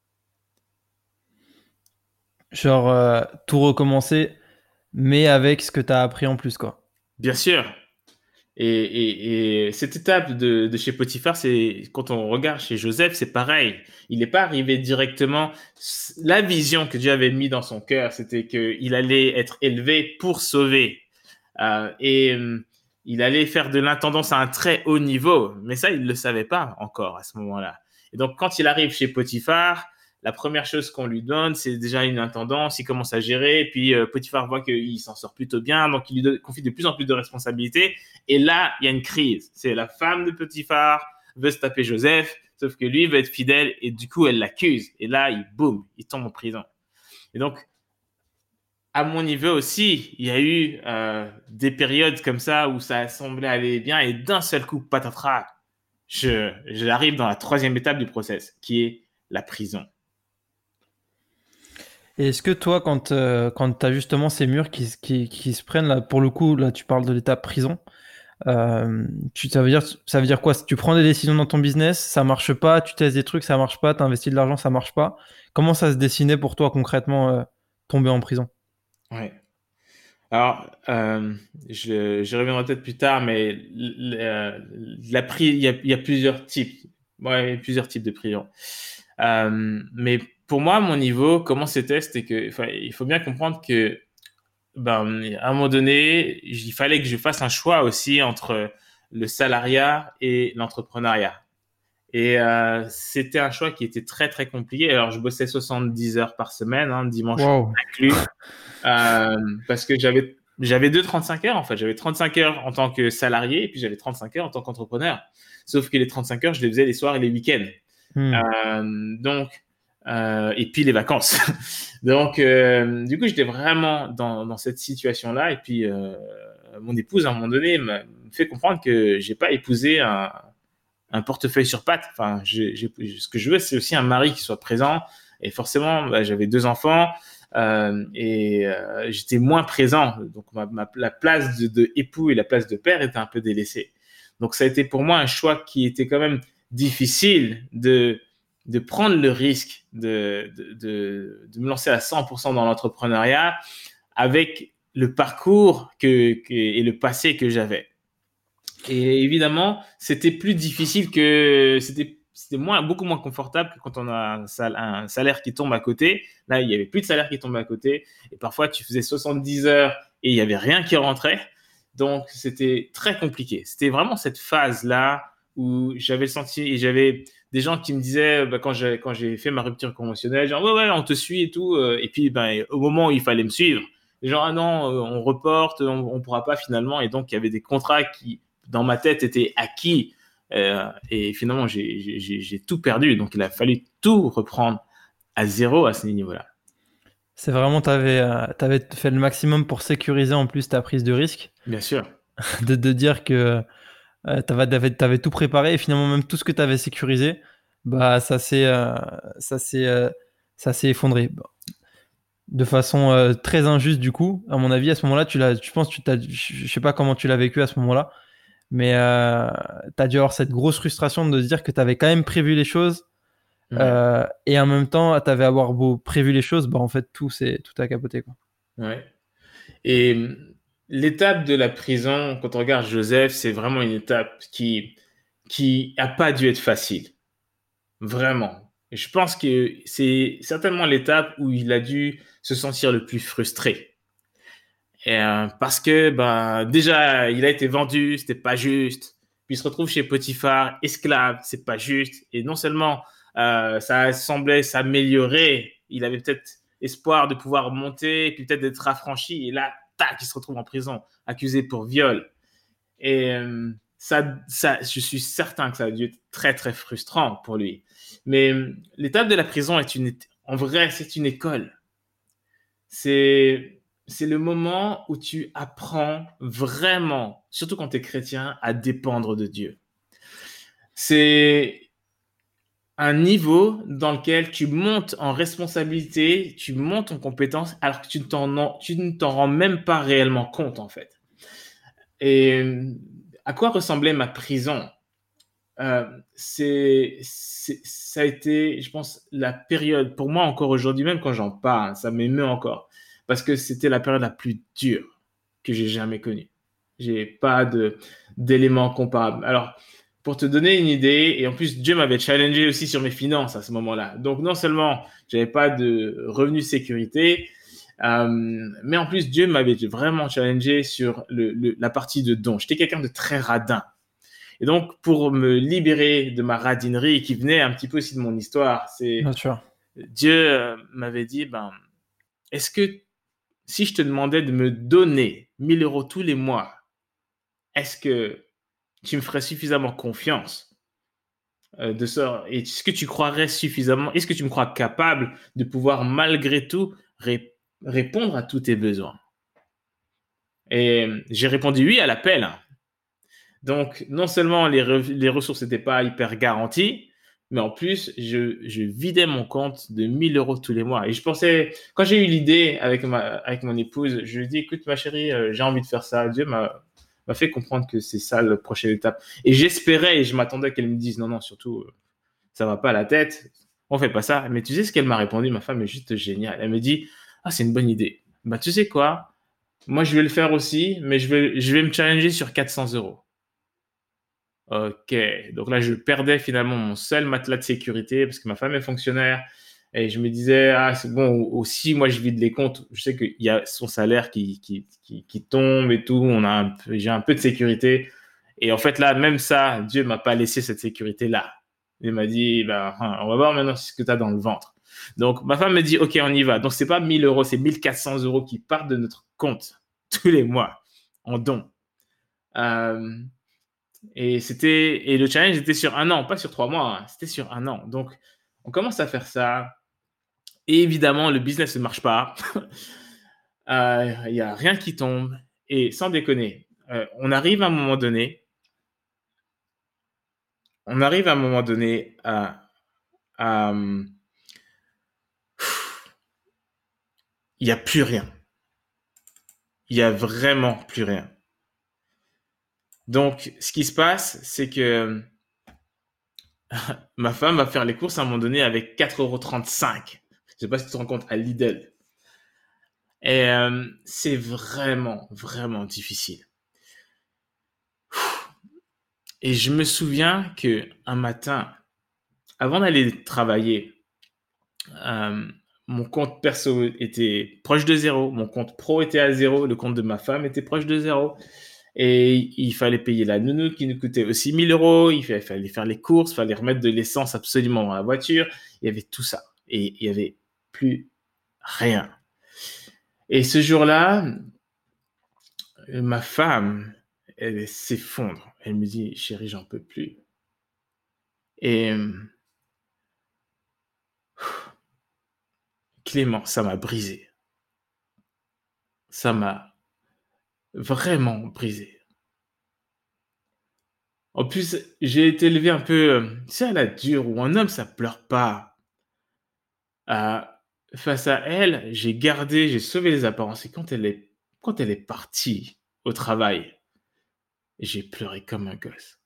Genre, euh, tout recommencer, mais avec ce que tu as appris en plus, quoi. Bien sûr. Et, et, et cette étape de, de chez Potiphar, c'est quand on regarde chez Joseph, c'est pareil. Il n'est pas arrivé directement. La vision que Dieu avait mis dans son cœur, c'était qu'il allait être élevé pour sauver. Euh, et euh, il allait faire de l'intendance à un très haut niveau. Mais ça, il ne le savait pas encore à ce moment-là. Et donc, quand il arrive chez Potiphar, la première chose qu'on lui donne, c'est déjà une intendance. Il commence à gérer. Et puis, euh, Potiphar voit qu'il s'en sort plutôt bien. Donc, il lui donne, confie de plus en plus de responsabilités. Et là, il y a une crise. C'est la femme de Potiphar veut se taper Joseph. Sauf que lui, il veut être fidèle. Et du coup, elle l'accuse. Et là, il, boum, il tombe en prison. Et donc, à mon niveau aussi, il y a eu euh, des périodes comme ça où ça semblait aller bien. Et d'un seul coup, patatras, je, j'arrive dans la troisième étape du process, qui est la prison. Et est-ce que toi, quand, euh, quand tu as justement ces murs qui, qui, qui se prennent, là, pour le coup, là, tu parles de l'étape prison, euh, tu, ça, veut dire, ça veut dire quoi? Tu prends des décisions dans ton business, ça marche pas, tu testes des trucs, ça marche pas, tu investis de l'argent, ça marche pas. Comment ça se dessinait pour toi concrètement, euh, tomber en prison? Ouais. Alors, euh, je, je reviendrai peut-être plus tard, mais l- euh, la pri- il y a, il y a plusieurs types, ouais, plusieurs types de prison. Euh, mais pour moi, à mon niveau, comment c'était, c'était que, enfin, il faut bien comprendre que, ben, à un moment donné, il fallait que je fasse un choix aussi entre le salariat et l'entrepreneuriat. Et euh, c'était un choix qui était très très compliqué. Alors, je bossais soixante-dix heures par semaine, hein, dimanche Wow. inclus. Euh, parce que j'avais j'avais deux trente-cinq heures en fait. J'avais trente-cinq heures en tant que salarié et puis j'avais trente-cinq heures en tant qu'entrepreneur. Sauf que les trente-cinq heures, je les faisais les soirs et les week-ends. Hmm. Euh, donc, euh, et puis les vacances. donc, euh, du coup, j'étais vraiment dans, dans cette situation-là. Et puis, euh, mon épouse, à un moment donné, me fait comprendre que j'ai pas épousé un, un portefeuille sur pattes. Enfin, j'ai, j'ai, ce que je veux, c'est aussi un mari qui soit présent. Et forcément, bah, j'avais deux enfants. Euh, et euh, j'étais moins présent. Donc, ma, ma, la place de, de époux et la place de père était un peu délaissée. Donc, ça a été pour moi un choix qui était quand même difficile de, de prendre le risque de, de, de, de me lancer à cent pour cent dans l'entrepreneuriat avec le parcours que, que, et le passé que j'avais. Et évidemment, c'était plus difficile que... C'était c'était moins, beaucoup moins confortable que quand on a un, sal, un salaire qui tombe à côté. Là, il n'y avait plus de salaire qui tombait à côté. Et parfois, tu faisais soixante-dix heures et il n'y avait rien qui rentrait. Donc, c'était très compliqué. C'était vraiment cette phase-là où j'avais senti et j'avais des gens qui me disaient, bah, quand, j'ai, quand j'ai fait ma rupture conventionnelle, genre, ouais, ouais, on te suit et tout. Et puis, ben, au moment où il fallait me suivre, les gens, ah non, on reporte, on ne pourra pas finalement. Et donc, il y avait des contrats qui, dans ma tête, étaient acquis. Euh, et finalement, j'ai, j'ai, j'ai tout perdu. Donc, il a fallu tout reprendre à zéro à ce niveau-là. C'est vraiment, tu avais euh, fait le maximum pour sécuriser en plus ta prise de risque. Bien sûr. de, de dire que euh, tu avais, avais tout préparé et finalement, même tout ce que tu avais sécurisé, bah, ça s'est euh, ça s'est, euh, ça s'est effondré. De façon euh, très injuste, du coup. À mon avis, à ce moment-là, tu l'as, je pense, tu t'as, je sais pas comment tu l'as vécu à ce moment-là. Mais euh, tu as dû avoir cette grosse frustration de se dire que tu avais quand même prévu les choses. Ouais. Euh, et en même temps, tu avais avoir beau prévu les choses, bah en fait, tout, c'est, tout a capoté, quoi. Ouais. Et l'étape de la prison, quand on regarde Joseph, c'est vraiment une étape qui qui a pas dû être facile. Vraiment. Et je pense que c'est certainement l'étape où il a dû se sentir le plus frustré. Et, euh, parce que bah, déjà, il a été vendu, c'était pas juste. Puis il se retrouve chez Potiphar, esclave, c'est pas juste. Et non seulement euh, ça semblait s'améliorer, il avait peut-être espoir de pouvoir monter, puis peut-être d'être affranchi. Et là, tac, il se retrouve en prison, accusé pour viol. Et euh, ça, ça, je suis certain que ça a dû être très, très frustrant pour lui. Mais euh, l'étape de la prison est une, en vrai, c'est une école. C'est c'est le moment où tu apprends vraiment, surtout quand tu es chrétien, à dépendre de Dieu. C'est un niveau dans lequel tu montes en responsabilité, tu montes en compétence, alors que tu ne t'en, tu ne t'en rends même pas réellement compte, en fait. Et à quoi ressemblait ma prison? Euh, c'est, c'est, ça a été, je pense, la période, pour moi encore aujourd'hui, même quand j'en parle, ça m'émeut encore, parce que c'était la période la plus dure que j'ai jamais connue. J'ai pas de d'éléments comparables. Alors, pour te donner une idée, et en plus, Dieu m'avait challengé aussi sur mes finances à ce moment-là. Donc, non seulement j'avais pas de revenus sécurité, euh, mais en plus, Dieu m'avait vraiment challengé sur le, le, la partie de dons. J'étais quelqu'un de très radin. Et donc, pour me libérer de ma radinerie qui venait un petit peu aussi de mon histoire, c'est Bien sûr. Dieu euh, m'avait dit, ben, est-ce que si je te demandais de me donner mille euros tous les mois, est-ce que tu me ferais suffisamment confiance euh, de ça? Et est-ce que tu croirais suffisamment, est-ce que tu me crois capable de pouvoir malgré tout ré- répondre à tous tes besoins? Et j'ai répondu oui à l'appel. Donc, non seulement les, re- les ressources n'étaient pas hyper garanties, mais en plus, je, je vidais mon compte de mille euros tous les mois. Et je pensais, quand j'ai eu l'idée avec, ma, avec mon épouse, je lui ai dit, écoute, ma chérie, euh, j'ai envie de faire ça. Dieu m'a, m'a fait comprendre que c'est ça la prochaine étape. Et j'espérais et je m'attendais qu'elle me dise, non, non, surtout, euh, ça va pas à la tête. On fait pas ça. Mais tu sais ce qu'elle m'a répondu? Ma femme est juste géniale. Elle me dit, ah, c'est une bonne idée. Bah, tu sais quoi? Moi, je vais le faire aussi, mais je vais, je vais me challenger sur quatre cents euros. Ok, donc là je perdais finalement mon seul matelas de sécurité parce que ma femme est fonctionnaire et je me disais, ah c'est bon, aussi moi je vide les comptes, je sais qu'il y a son salaire qui, qui, qui, qui tombe et tout, on a un peu, j'ai un peu de sécurité et en fait là même ça, Dieu m'a pas laissé cette sécurité là. Il m'a dit, bah, hein, on va voir maintenant ce que tu as dans le ventre. Donc ma femme me dit, ok on y va, donc c'est pas mille euros, c'est mille quatre cents euros qui partent de notre compte tous les mois en dons. Euh, et c'était et le challenge était sur un an, pas sur trois mois, hein, c'était sur un an. Donc, on commence à faire ça. Et évidemment, le business ne marche pas. Euh, Il n'y a rien qui tombe. Et sans déconner, euh, on arrive à un moment donné, on arrive à un moment donné à, à il n'y a plus rien. Il n'y a vraiment plus rien. Donc, ce qui se passe, c'est que ma femme va faire les courses à un moment donné avec quatre euros trente-cinq. Je ne sais pas si tu te rends compte, à Lidl. Et euh, c'est vraiment, vraiment difficile. Et je me souviens que un matin, avant d'aller travailler, euh, mon compte perso était proche de zéro, mon compte pro était à zéro, le compte de ma femme était proche de zéro. Et il fallait payer la nounou qui nous coûtait aussi mille euros, il fallait faire les courses, il fallait remettre de l'essence absolument dans la voiture. Il y avait tout ça. Et il n'y avait plus rien. Et ce jour-là, ma femme, elle s'effondre. Elle me dit, chérie, j'en peux plus. Et Clément, ça m'a brisé. Ça m'a vraiment brisé. En plus, j'ai été élevé un peu, tu sais, à la dure, où un homme, ça pleure pas. Euh, face à elle, j'ai gardé, j'ai sauvé les apparences. Et quand elle est, quand elle est partie au travail, j'ai pleuré comme un gosse.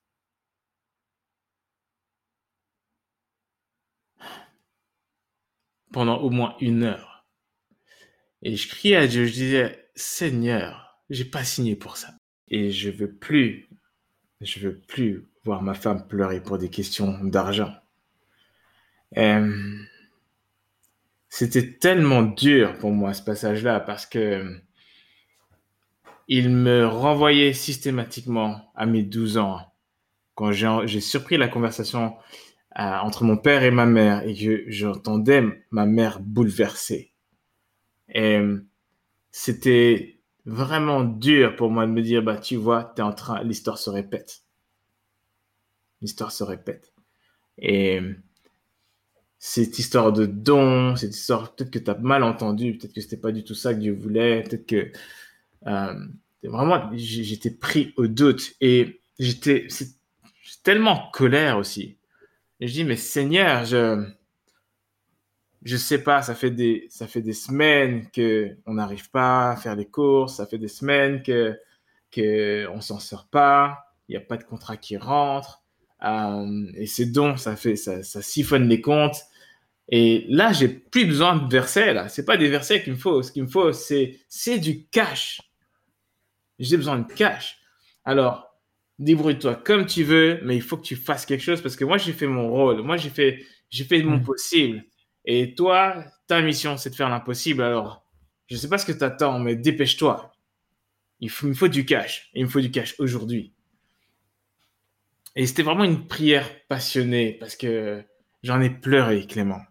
Pendant au moins une heure. Et je criais à Dieu, je disais, Seigneur, j'ai pas signé pour ça. Et je veux plus, je veux plus voir ma femme pleurer pour des questions d'argent. Euh, c'était tellement dur pour moi ce passage-là parce que il me renvoyait systématiquement à mes douze ans quand j'ai, j'ai surpris la conversation euh, entre mon père et ma mère et que j'entendais ma mère bouleversée. Et c'était vraiment dur pour moi de me dire, bah tu vois, t'es en train, l'histoire se répète. L'histoire se répète. Et cette histoire de don, cette histoire, peut-être que tu as mal entendu, peut-être que c'était pas du tout ça que Dieu voulait, peut-être que euh, vraiment j'étais pris au doute et j'étais tellement en colère aussi. Et je dis, mais Seigneur, je je sais pas, ça fait des, ça fait des semaines que on n'arrive pas à faire les courses, ça fait des semaines que, que on s'en sort pas, il n'y a pas de contrat qui rentre, euh, et c'est donc, ça fait, ça, ça siphonne les comptes. Et là, j'ai plus besoin de versets, là. C'est pas des versets qu'il me faut. Ce qu'il me faut, c'est, c'est du cash. J'ai besoin de cash. Alors, débrouille-toi comme tu veux, mais il faut que tu fasses quelque chose parce que moi, j'ai fait mon rôle. Moi, j'ai fait, j'ai fait mon Mm. possible. Et toi, ta mission, c'est de faire l'impossible. Alors, je sais pas ce que tu attends, mais dépêche-toi. Il, faut, il me faut du cash. Il me faut du cash aujourd'hui. Et c'était vraiment une prière passionnée parce que j'en ai pleuré, Clément.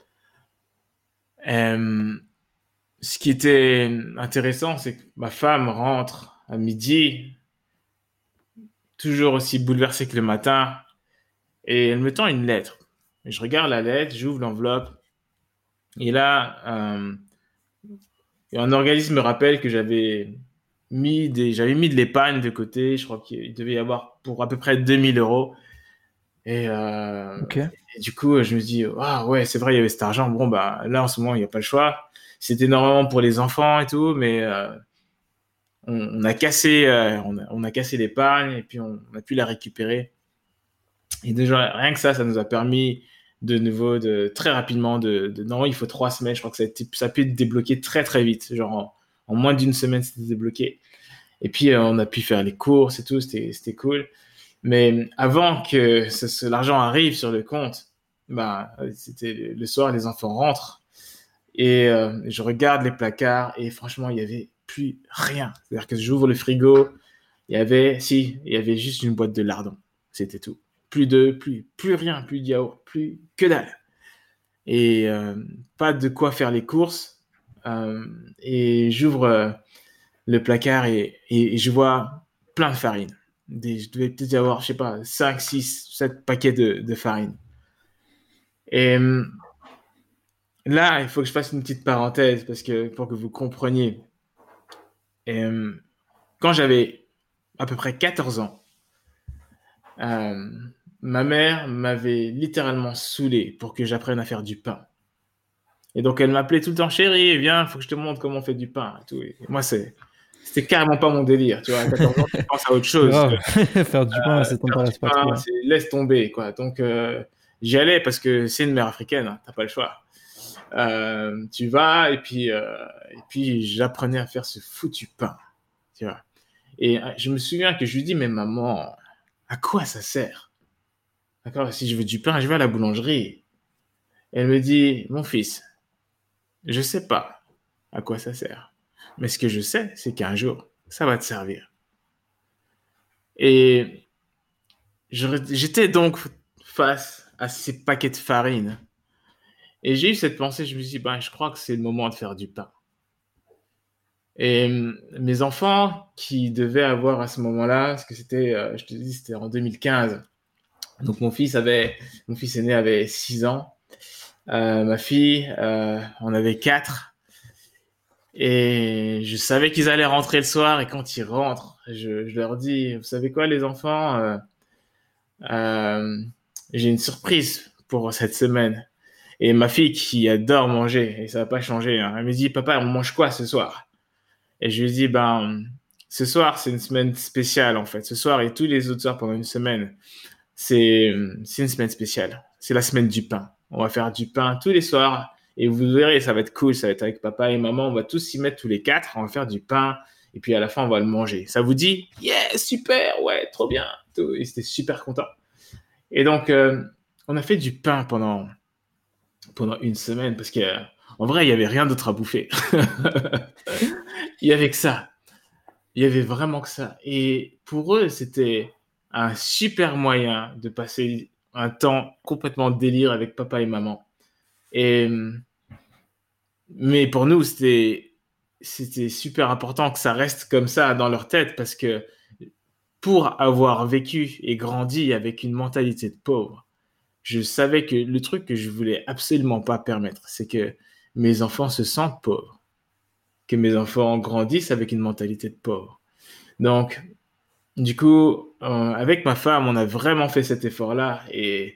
Euh, ce qui était intéressant, c'est que ma femme rentre à midi, toujours aussi bouleversée que le matin, et elle me tend une lettre. Et je regarde la lettre, j'ouvre l'enveloppe, et là, euh, un organisme me rappelle que j'avais mis des, j'avais mis de l'épargne de côté. Je crois qu'il devait y avoir pour à peu près deux mille euros. Et, euh, Ok. et du coup, je me dis, ah ouais, c'est vrai, il y avait cet argent. Bon, bah là, en ce moment, il n'y a pas le choix. C'était normalement pour les enfants et tout, mais euh, on, on a cassé, euh, on a, on a cassé l'épargne et puis on, on a pu la récupérer. Et déjà, rien que ça, ça nous a permis de nouveau, de très rapidement, de, de non, il faut trois semaines. Je crois que ça a, été, ça a pu être débloqué très très vite. Genre en, en moins d'une semaine, c'était débloqué. Et puis euh, on a pu faire les courses et tout, c'était, c'était cool. Mais avant que ce, ce, l'argent arrive sur le compte, bah, c'était le soir, les enfants rentrent et euh, je regarde les placards et franchement, il y avait plus rien. C'est-à-dire que j'ouvre le frigo, il y avait, si, il y avait juste une boîte de lardons. C'était tout. Plus de, plus, plus rien, plus de yaourt, plus que dalle. Et euh, pas de quoi faire les courses. Euh, et j'ouvre euh, le placard et, et, et je vois plein de farine. Des, je devais peut-être y avoir, je sais pas, cinq, six, sept paquets de, de farine. Et euh, là, il faut que je fasse une petite parenthèse parce que, pour que vous compreniez. Et, euh, quand j'avais à peu près quatorze ans, euh, ma mère m'avait littéralement saoulé pour que j'apprenne à faire du pain. Et donc, elle m'appelait tout le temps, chérie, viens, il faut que je te montre comment on fait du pain. Et tout. Et moi, c'est, c'était carrément pas mon délire. Tu vois, à quatorze ans, tu penses à autre chose. Grave. Faire du pain, Euh, ça faire du t'intéresse pas pain, trop. Ouais. c'est laisse tomber, quoi. Donc, euh, j'y allais parce que c'est une mère africaine, hein, t'as pas le choix. Euh, tu vas et puis, euh, et puis j'apprenais à faire ce foutu pain, tu vois. Et euh, je me souviens que je lui dis, mais maman, à quoi ça sert? D'accord, si je veux du pain, je vais à la boulangerie. Elle me dit, mon fils, je sais pas à quoi ça sert. Mais ce que je sais, c'est qu'un jour, ça va te servir. Et je, j'étais donc face à ces paquets de farine. Et j'ai eu cette pensée, je me suis dit, ben, je crois que c'est le moment de faire du pain. Et euh, mes enfants qui devaient avoir à ce moment-là, parce que c'était, euh, je te dis, c'était en deux mille quinze. Donc mon fils avait, mon fils aîné avait six ans. Euh, ma fille, euh, on avait quatre. Et je savais qu'ils allaient rentrer le soir. Et quand ils rentrent, je, je leur dis, vous savez quoi, les enfants, euh, euh, j'ai une surprise pour cette semaine. Et ma fille qui adore manger, et ça va pas changer, hein, elle me dit, papa, on mange quoi ce soir? Et je lui dis, ben, ce soir, c'est une semaine spéciale, en fait. Ce soir et tous les autres soirs pendant une semaine, c'est, c'est une semaine spéciale. C'est la semaine du pain. On va faire du pain tous les soirs. Et vous verrez, ça va être cool. Ça va être avec papa et maman. On va tous s'y mettre tous les quatre. On va faire du pain. Et puis à la fin, on va le manger. Ça vous dit? Yeah, super, ouais, trop bien. Et c'était super content. Et donc, euh, on a fait du pain pendant, pendant une semaine parce que, en vrai, il n'y avait rien d'autre à bouffer. Il y avait que ça. Il y avait vraiment que ça. Et pour eux, c'était un super moyen de passer un temps complètement délire avec papa et maman. Et, mais pour nous, c'était, c'était super important que ça reste comme ça dans leur tête parce que pour avoir vécu et grandi avec une mentalité de pauvre, je savais que le truc que je voulais absolument pas permettre, c'est que mes enfants se sentent pauvres, que mes enfants grandissent avec une mentalité de pauvre. Donc, du coup, euh, avec ma femme, on a vraiment fait cet effort-là et,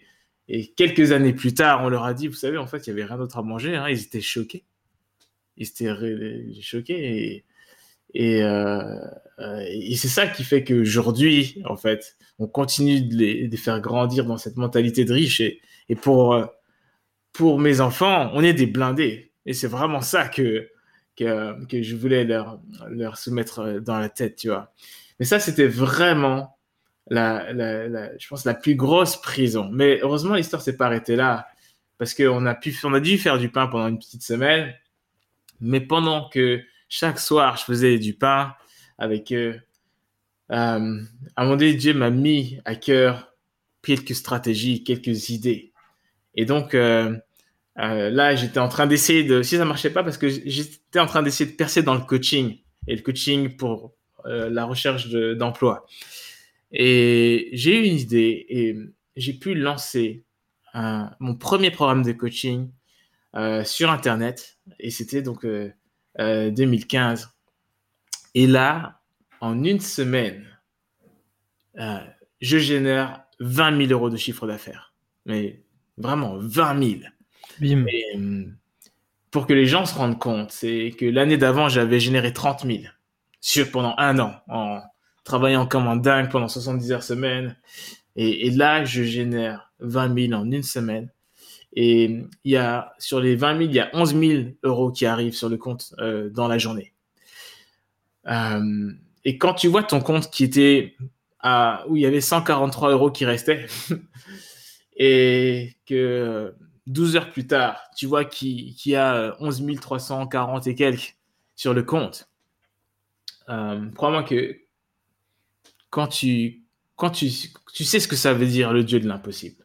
Et quelques années plus tard, on leur a dit, vous savez, en fait, il n'y avait rien d'autre à manger. Hein. Ils étaient choqués. Ils étaient ré- choqués. Et, et, euh, euh, et c'est ça qui fait qu'aujourd'hui, en fait, on continue de les, de les faire grandir dans cette mentalité de riche. Et, et pour, euh, pour mes enfants, on est des blindés. Et c'est vraiment ça que, que, que je voulais leur, leur soumettre dans la tête, tu vois. Mais ça, c'était vraiment la, la, la, je pense, la plus grosse prison. Mais heureusement, l'histoire s'est pas arrêtée là. Parce qu'on a pu, on a dû faire du pain pendant une petite semaine. Mais pendant que chaque soir, je faisais du pain avec eux, euh, à un moment donné, Dieu m'a mis à cœur quelques stratégies, quelques idées. Et donc, euh, euh, là, j'étais en train d'essayer de... Si ça marchait pas, parce que j'étais en train d'essayer de percer dans le coaching. Et le coaching pour euh, la recherche de, d'emploi. Et j'ai eu une idée et j'ai pu lancer un, mon premier programme de coaching euh, sur Internet. Et c'était donc euh, euh, deux mille quinze. Et là, en une semaine, euh, je génère vingt mille euros de chiffre d'affaires. Mais vraiment, vingt mille. Bim. Et, euh, pour que les gens se rendent compte, c'est que l'année d'avant, j'avais généré trente mille sur, pendant un an, en travaillant comme un dingue pendant soixante-dix heures semaine. Et, et là, je génère vingt mille en une semaine. Et il y a, sur les vingt mille, il y a onze mille euros qui arrivent sur le compte euh, dans la journée. Euh, et quand tu vois ton compte qui était à, où il y avait cent quarante-trois euros qui restaient, et que douze heures plus tard, tu vois qu'il, qu'il y a onze mille trois cent quarante et quelques sur le compte, euh, crois-moi que quand tu, quand tu, tu sais ce que ça veut dire, le Dieu de l'impossible.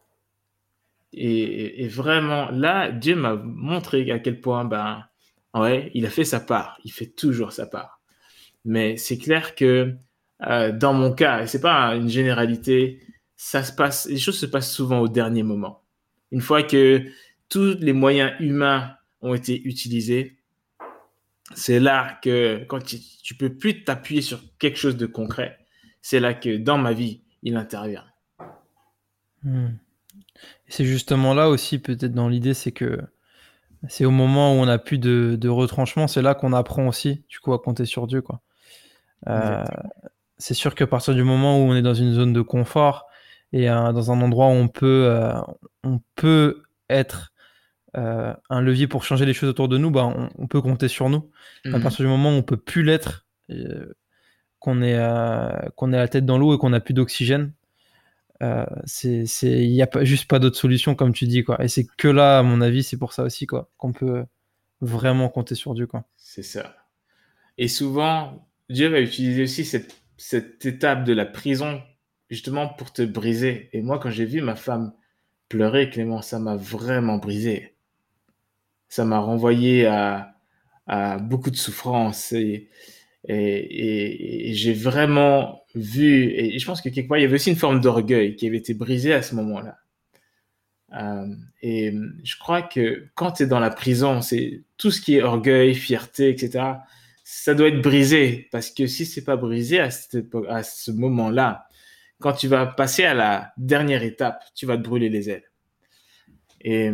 Et, et vraiment, là, Dieu m'a montré à quel point, ben, ouais, il a fait sa part. Il fait toujours sa part. Mais c'est clair que euh, dans mon cas, et c'est pas une généralité, ça se passe, les choses se passent souvent au dernier moment. Une fois que tous les moyens humains ont été utilisés, c'est là que quand tu, tu peux plus t'appuyer sur quelque chose de concret, c'est là que dans ma vie, il intervient. Hmm. Et c'est justement là aussi, peut-être dans l'idée, c'est que c'est au moment où on n'a plus de, de retranchement, c'est là qu'on apprend aussi, du coup, à compter sur Dieu, quoi. Euh, c'est sûr qu'à partir du moment où on est dans une zone de confort et euh, dans un endroit où on peut, euh, on peut être euh, un levier pour changer les choses autour de nous, bah, on, on peut compter sur nous. Mm-hmm. À partir du moment où on peut plus l'être, euh, qu'on est, euh, qu'on est la tête dans l'eau et qu'on n'a plus d'oxygène, euh, c'est, c'est, il n'y a pas, juste pas d'autre solution, comme tu dis, quoi. Et c'est que là, à mon avis, c'est pour ça aussi, quoi, qu'on peut vraiment compter sur Dieu, quoi. C'est ça. Et souvent, Dieu va utiliser aussi cette, cette étape de la prison justement pour te briser. Et moi, quand j'ai vu ma femme pleurer, Clément, ça m'a vraiment brisé. Ça m'a renvoyé à, à beaucoup de souffrance. Et, et, et, et j'ai vraiment vu, et je pense que quelque part, il y avait aussi une forme d'orgueil qui avait été brisée à ce moment-là. Euh, et je crois que quand tu es dans la prison, c'est tout ce qui est orgueil, fierté, et cetera, ça doit être brisé. Parce que si c'est pas brisé à, cette, à ce moment-là, quand tu vas passer à la dernière étape, tu vas te brûler les ailes. Et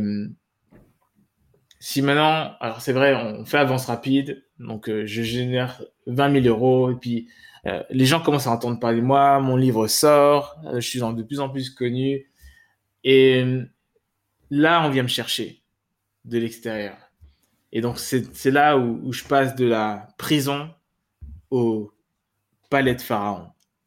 si maintenant, alors c'est vrai, on fait avance rapide, donc euh, je génère vingt mille euros, et puis euh, les gens commencent à entendre parler de moi, mon livre sort, euh, je suis de plus en plus connu, et là, on vient me chercher de l'extérieur. Et donc, c'est, c'est là où, où je passe de la prison au palais de Pharaon.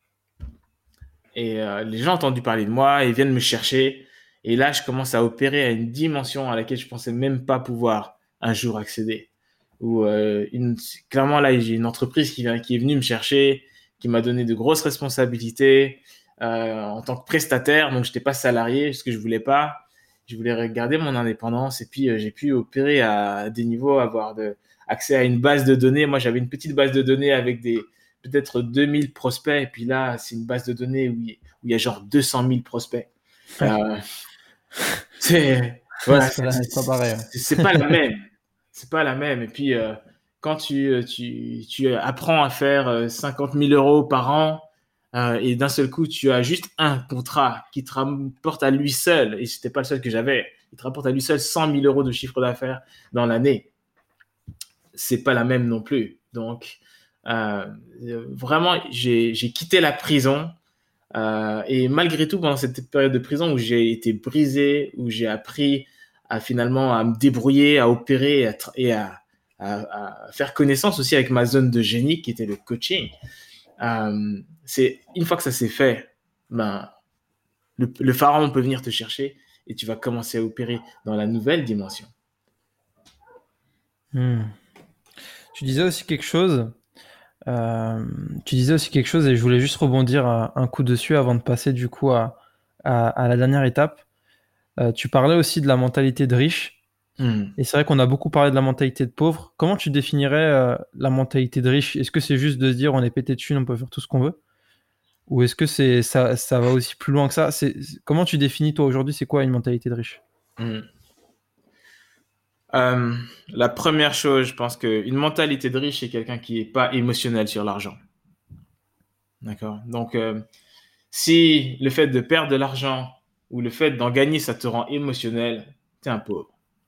Et euh, les gens ont entendu parler de moi et viennent me chercher. Et là, je commence à opérer à une dimension à laquelle je pensais même pas pouvoir un jour accéder. Où, euh, une, clairement, là, j'ai une entreprise qui, vient, qui est venue me chercher, qui m'a donné de grosses responsabilités euh, en tant que prestataire. Donc, je n'étais pas salarié, ce que je voulais pas. Je voulais garder mon indépendance et puis euh, j'ai pu opérer à des niveaux, avoir de, accès à une base de données. Moi, j'avais une petite base de données avec des peut-être deux mille prospects et puis là, c'est une base de données où il, où il y a genre deux cent mille prospects. Ouais. Euh, c'est voilà, c'est, c'est, c'est, pas pareil, c'est, c'est pas la même. C'est pas la même. Et puis, euh, quand tu, tu, tu apprends à faire cinquante mille euros par an, euh, et d'un seul coup, tu as juste un contrat qui te rapporte à lui seul, et c'était pas le seul que j'avais, il te rapporte à lui seul cent mille euros de chiffre d'affaires dans l'année. C'est pas la même non plus. Donc, euh, vraiment, j'ai, j'ai quitté la prison. Euh, et malgré tout, pendant cette période de prison où j'ai été brisé, où j'ai appris à finalement à me débrouiller, à opérer et, à, et à, à, à faire connaissance aussi avec ma zone de génie qui était le coaching. Euh, c'est une fois que ça s'est fait, ben le, le pharaon peut venir te chercher et tu vas commencer à opérer dans la nouvelle dimension. Hmm. Tu disais aussi quelque chose. Euh, tu disais aussi quelque chose et je voulais juste rebondir à, un coup dessus avant de passer du coup à, à, à la dernière étape. Euh, tu parlais aussi de la mentalité de riche. Hmm. Et c'est vrai qu'on a beaucoup parlé de la mentalité de pauvre. Comment tu définirais euh, la mentalité de riche? Est-ce que c'est juste de se dire on est pété de thunes, on peut faire tout ce qu'on veut? Ou est-ce que c'est, ça, ça va aussi plus loin que ça? C'est, comment tu définis toi aujourd'hui, c'est quoi une mentalité de riche? Hmm. Euh, la première chose, je pense qu'une mentalité de riche, c'est quelqu'un qui n'est pas émotionnel sur l'argent. D'accord? Donc, euh, si le fait de perdre de l'argent ou le fait d'en gagner, ça te rend émotionnel, t'es un pauvre.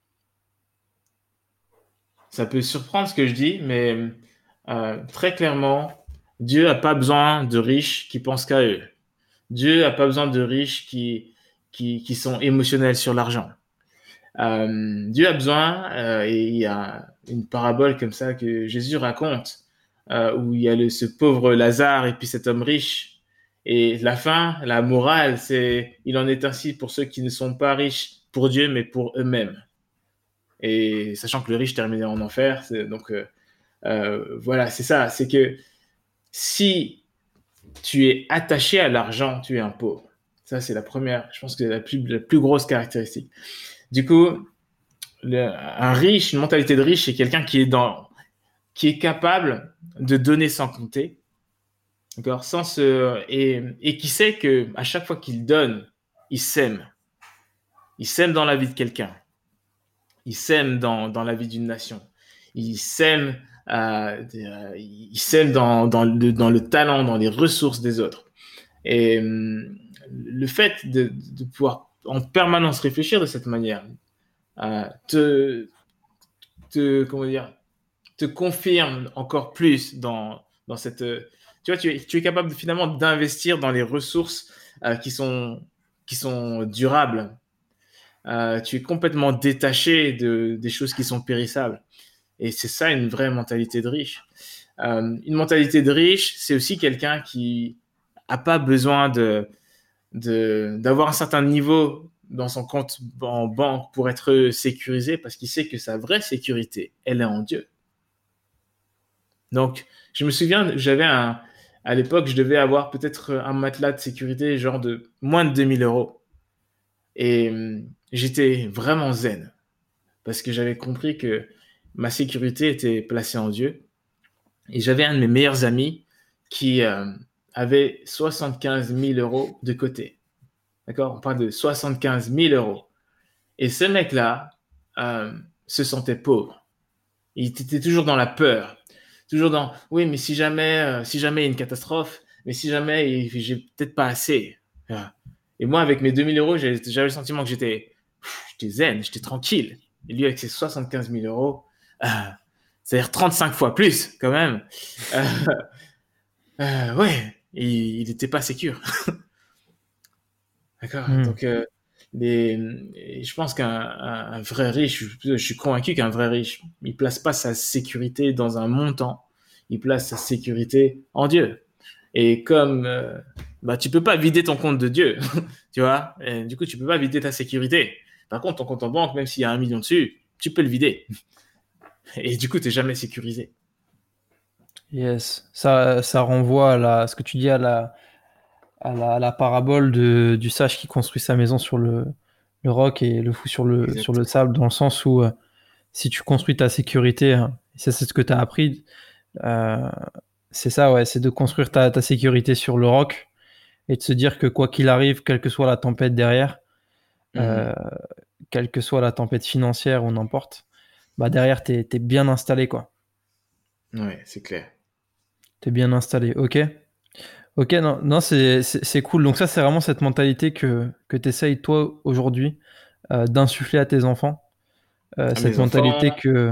Ça peut surprendre ce que je dis, mais euh, très clairement, Dieu n'a pas besoin de riches qui pensent qu'à eux. Dieu n'a pas besoin de riches qui, qui, qui sont émotionnels sur l'argent. Euh, Dieu a besoin, euh, et il y a une parabole comme ça que Jésus raconte, euh, où il y a le, ce pauvre Lazare et puis cet homme riche. Et la fin, la morale, c'est il en est ainsi pour ceux qui ne sont pas riches pour Dieu, mais pour eux-mêmes. Et sachant que le riche terminait en enfer, c'est, donc euh, euh, voilà, c'est ça. C'est que si tu es attaché à l'argent, tu es un pauvre. Ça, c'est la première, je pense que c'est la plus, la plus grosse caractéristique. Du coup, le, un riche, une mentalité de riche, c'est quelqu'un qui est dans, qui est capable de donner sans compter, d'accord, sans se, et, et qui sait que à chaque fois qu'il donne, il sème, il sème dans la vie de quelqu'un, il sème dans dans la vie d'une nation, il sème, euh, il sème dans dans le dans le talent, dans les ressources des autres. Et hum, le fait de, de pouvoir en permanence réfléchir de cette manière, euh, te, te, comment dire, te confirme encore plus dans, dans cette... Tu vois, tu es, tu es capable de, finalement d'investir dans les ressources euh, qui, sont, qui sont durables. Euh, tu es complètement détaché de, des choses qui sont périssables. Et c'est ça une vraie mentalité de riche. Euh, une mentalité de riche, c'est aussi quelqu'un qui n'a pas besoin de, de, d'avoir un certain niveau dans son compte en banque pour être sécurisé parce qu'il sait que sa vraie sécurité, elle est en Dieu. Donc, je me souviens, j'avais un, à l'époque, je devais avoir peut-être un matelas de sécurité genre de moins de deux mille euros. Et hum, j'étais vraiment zen parce que j'avais compris que ma sécurité était placée en Dieu. Et j'avais un de mes meilleurs amis qui euh, avait soixante-quinze mille euros de côté. D'accord? On parle de soixante-quinze mille euros. Et ce mec-là euh, se sentait pauvre. Il était toujours dans la peur. Toujours dans, oui, mais si jamais, euh, si jamais il y a une catastrophe, mais si jamais j'ai peut-être pas assez. Et moi, avec mes deux mille euros, j'avais, j'avais le sentiment que j'étais, j'étais zen, j'étais tranquille. Et lui, avec ses soixante-quinze mille euros, euh, c'est-à-dire trente-cinq fois plus, quand même. Euh, euh, ouais, il n'était pas sécure. D'accord. Hmm. Donc, euh, les, je pense qu'un un, un vrai riche, je, je suis convaincu qu'un vrai riche, il place pas sa sécurité dans un montant, il place sa sécurité en Dieu. Et comme euh, bah, tu peux pas vider ton compte de Dieu, tu vois, et du coup, tu peux pas vider ta sécurité. Par contre, ton compte en banque, même s'il y a un million dessus, tu peux le vider. Et du coup, tu n'es jamais sécurisé. Yes, ça, ça renvoie à la, ce que tu dis à la, à la, à la parabole de, du sage qui construit sa maison sur le, le roc et le fou sur le, sur le sable, dans le sens où euh, si tu construis ta sécurité, hein, et ça c'est ce que tu as appris, euh, c'est ça, ouais, c'est de construire ta, ta sécurité sur le roc et de se dire que quoi qu'il arrive, quelle que soit la tempête derrière, Mhm. euh, quelle que soit la tempête financière ou n'importe, bah derrière, tu es bien installé, quoi. Ouais, c'est clair. Tu es bien installé, ok. Ok, non, non c'est, c'est, c'est cool. Donc ça, c'est vraiment cette mentalité que, que tu essayes, toi, aujourd'hui, euh, d'insuffler à tes enfants. Euh, À cette mes enfants mentalité que...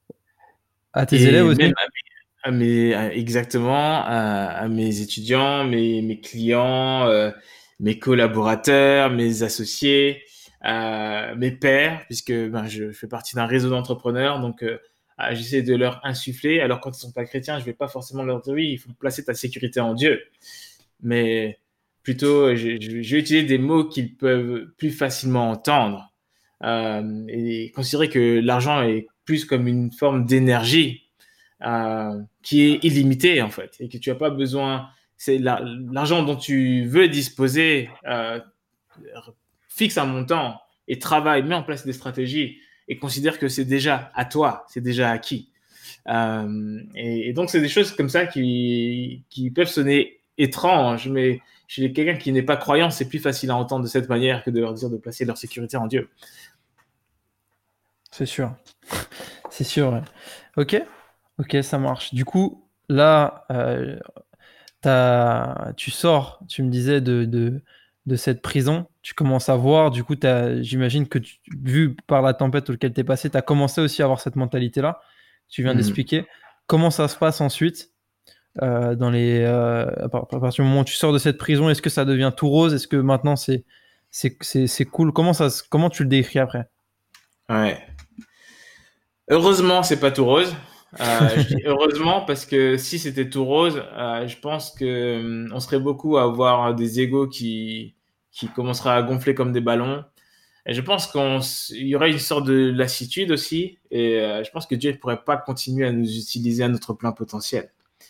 À tes élèves et aussi. même à mes, à- exactement, à, à mes étudiants, mes, mes clients, euh, mes collaborateurs, mes associés, euh, mes pairs, puisque ben, je fais partie d'un réseau d'entrepreneurs, donc euh, ah, j'essaie de leur insuffler. Alors quand ils sont pas chrétiens, je vais pas forcément leur dire oui, il faut placer ta sécurité en Dieu, mais plutôt je, je, je vais utiliser des mots qu'ils peuvent plus facilement entendre euh, et considérer que l'argent est plus comme une forme d'énergie euh, qui est illimité en fait et que tu n'as pas besoin. C'est la- l'argent dont tu veux disposer. Euh, fixe un montant et travaille, met en place des stratégies et considère que c'est déjà à toi, c'est déjà acquis. Euh, et, et donc c'est des choses comme ça qui qui peuvent sonner étranges, mais chez quelqu'un qui n'est pas croyant, c'est plus facile à entendre de cette manière que de leur dire de placer leur sécurité en Dieu. C'est sûr. C'est sûr, ouais. Ok, ok, ça marche. Du coup, là, euh, t'as- tu sors, tu me disais, de, de, de cette prison. Tu commences à voir, du coup, t'as- j'imagine que tu- vu par la tempête auquel tu es passé, tu as commencé aussi à avoir cette mentalité-là. Tu viens Mhm. d'expliquer. Comment ça se passe ensuite euh, dans les, euh, à par- à partir du moment où tu sors de cette prison? Est-ce que ça devient tout rose? Est-ce que maintenant c'est c'est c'est c'est cool? Comment ça, se- comment tu le décris après? Ouais. Heureusement, c'est pas tout rose. Euh, je dis heureusement parce que si c'était tout rose, euh, je pense que hum, on serait beaucoup à avoir des égos qui qui commenceraient à gonfler comme des ballons. Et je pense qu'on s- il y aurait une sorte de lassitude aussi. Et euh, je pense que Dieu ne pourrait pas continuer à nous utiliser à notre plein potentiel.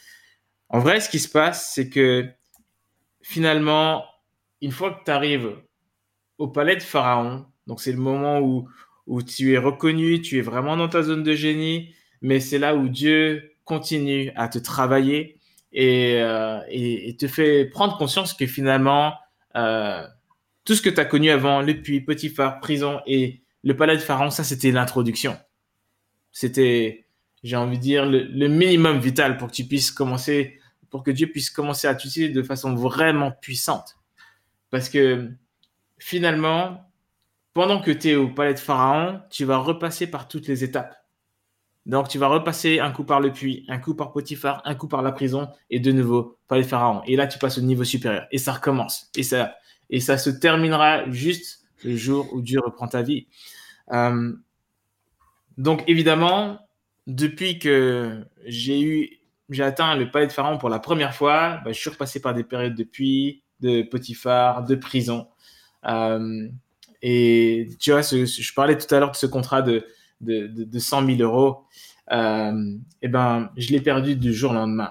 En vrai, ce qui se passe, c'est que finalement, une fois que tu arrives au palais de Pharaon. Donc c'est le moment où, où tu es reconnu, tu es vraiment dans ta zone de génie, mais c'est là où Dieu continue à te travailler et, euh, et, et te fait prendre conscience que finalement, euh, tout ce que tu as connu avant, le puits, Potiphar, prison et le palais de Pharaon, ça c'était l'introduction. C'était, j'ai envie de dire, le, le minimum vital pour que tu puisses commencer, pour que Dieu puisse commencer à t'utiliser de façon vraiment puissante. Parce que finalement, pendant que tu es au palais de Pharaon, tu vas repasser par toutes les étapes. Donc, tu vas repasser un coup par le puits, un coup par Potiphar, un coup par la prison, et de nouveau, palais de Pharaon. Et là, tu passes au niveau supérieur. Et ça recommence. Et ça, et ça se terminera juste le jour où Dieu reprend ta vie. Euh, donc, évidemment, depuis que j'ai eu, j'ai atteint le palais de Pharaon pour la première fois, bah, je suis repassé par des périodes de puits, de Potiphar, de prison. Euh, et tu vois, ce, ce- je parlais tout à l'heure de ce contrat de, de, de, de cent mille euros. Euh, et ben, je l'ai perdu du jour au lendemain.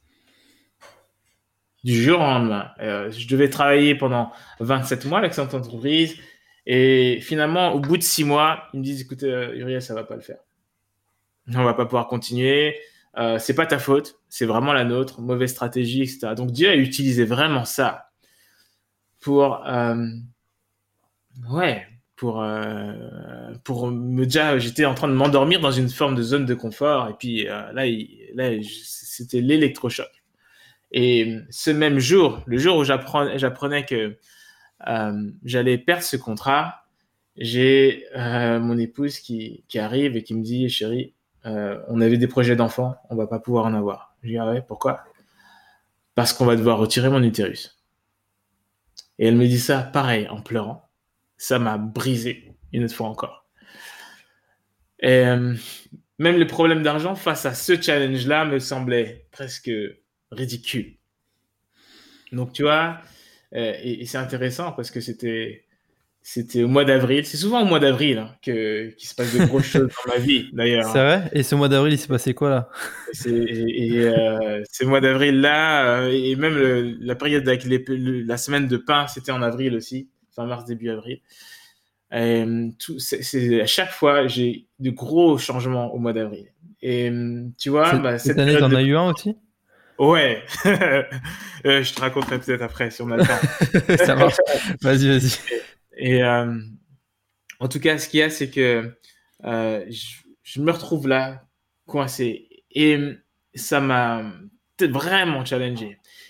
Du jour au lendemain. Euh, je devais travailler pendant vingt-sept mois avec cette entreprise. Et finalement, au bout de six mois, ils me disent, écoute, euh, Uriel, ça va pas le faire. On va pas pouvoir continuer. Euh, c'est pas ta faute. C'est vraiment la nôtre. Mauvaise stratégie, et cetera. Donc Dieu a utilisé vraiment ça pour, euh, ouais, pour, euh, pour me dire, j'étais en train de m'endormir dans une forme de zone de confort. Et puis euh, là, il- là, je- c'était l'électrochoc. Et ce même jour, le jour où j'apprends- j'apprenais que euh, j'allais perdre ce contrat, j'ai euh, mon épouse qui, qui arrive et qui me dit, chérie, euh, on avait des projets d'enfants, on va pas pouvoir en avoir. Je dis, ah ouais, pourquoi? Parce qu'on va devoir retirer mon utérus. Et elle me dit ça, pareil, en pleurant. Ça m'a brisé une autre fois encore. Et euh, même le problème d'argent face à ce challenge-là me semblait presque ridicule. Donc tu vois, euh, et, et c'est intéressant parce que c'était c'était au mois d'avril. C'est souvent au mois d'avril hein, que qu'il se passe de grosses choses dans ma vie d'ailleurs. C'est Hein. vrai? Et ce mois d'avril, il s'est passé quoi là? Et c'est et, et, euh, ces mois d'avril là euh, et même le- la période avec les, le- la semaine de pain, c'était en avril aussi, fin mars début avril. Et, euh, tout, c'est, c'est- à chaque fois, j'ai de gros changements au mois d'avril. Et euh, tu vois, Cette, bah, cette cette année, période t'en de... as eu un aussi? Ouais, Euh, je te raconterai peut-être après si on a le temps. Ça marche. Vas-y, vas-y. Et euh, en tout cas, ce qu'il y a, c'est que euh, je, je me retrouve là, coincé. Et ça m'a peut-être vraiment challengé.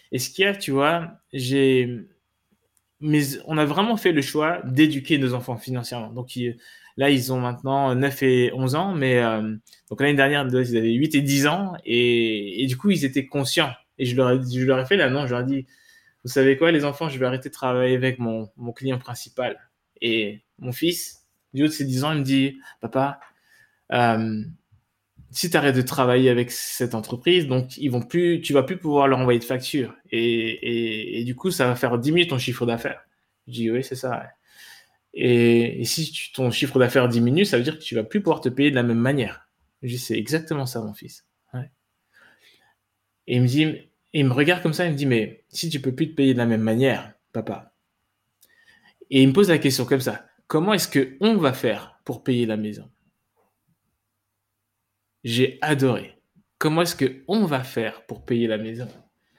Et ce qu'il y a, tu vois, j'ai... Mais on a vraiment fait le choix d'éduquer nos enfants financièrement. Donc ils- là, ils ont maintenant neuf et onze ans, mais euh, donc l'année dernière, ils avaient huit et dix ans, et, et du coup, ils étaient conscients. Et je leur ai, je leur ai fait l'annonce, je leur ai dit, vous savez quoi, les enfants, je vais arrêter de travailler avec mon, mon client principal. Et mon fils, du haut de ses dix ans, il me dit, papa, euh, si tu arrêtes de travailler avec cette entreprise, donc ils vont plus, tu vas plus pouvoir leur envoyer de facture. Et, et, et du coup, ça va faire diminuer ton chiffre d'affaires. Je dis, oui, c'est ça. Ouais. Et, et si tu- ton chiffre d'affaires diminue, ça veut dire que tu vas plus pouvoir te payer de la même manière. Je dis, c'est exactement ça, mon fils. Ouais. Et il me dit, il me regarde comme ça, il me dit, mais si tu peux plus te payer de la même manière, papa. Et il me pose la question comme ça. Comment est-ce que on va faire pour payer la maison? J'ai adoré. Comment est-ce que on va faire pour payer la maison?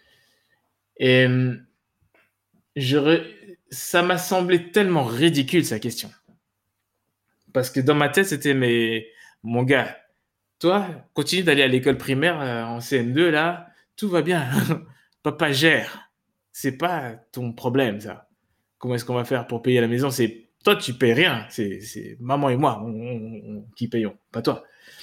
Et hum, je re- ça m'a semblé tellement ridicule sa question. Parce que dans ma tête, c'était, mais mon gars, toi, continue d'aller à l'école primaire euh, en C M deux, là, tout va bien. Papa gère. C'est pas ton problème, ça. Comment est-ce qu'on va faire pour payer la maison? C'est toi, tu payes rien. C'est, c'est maman et moi on- on- on- qui payons, pas toi.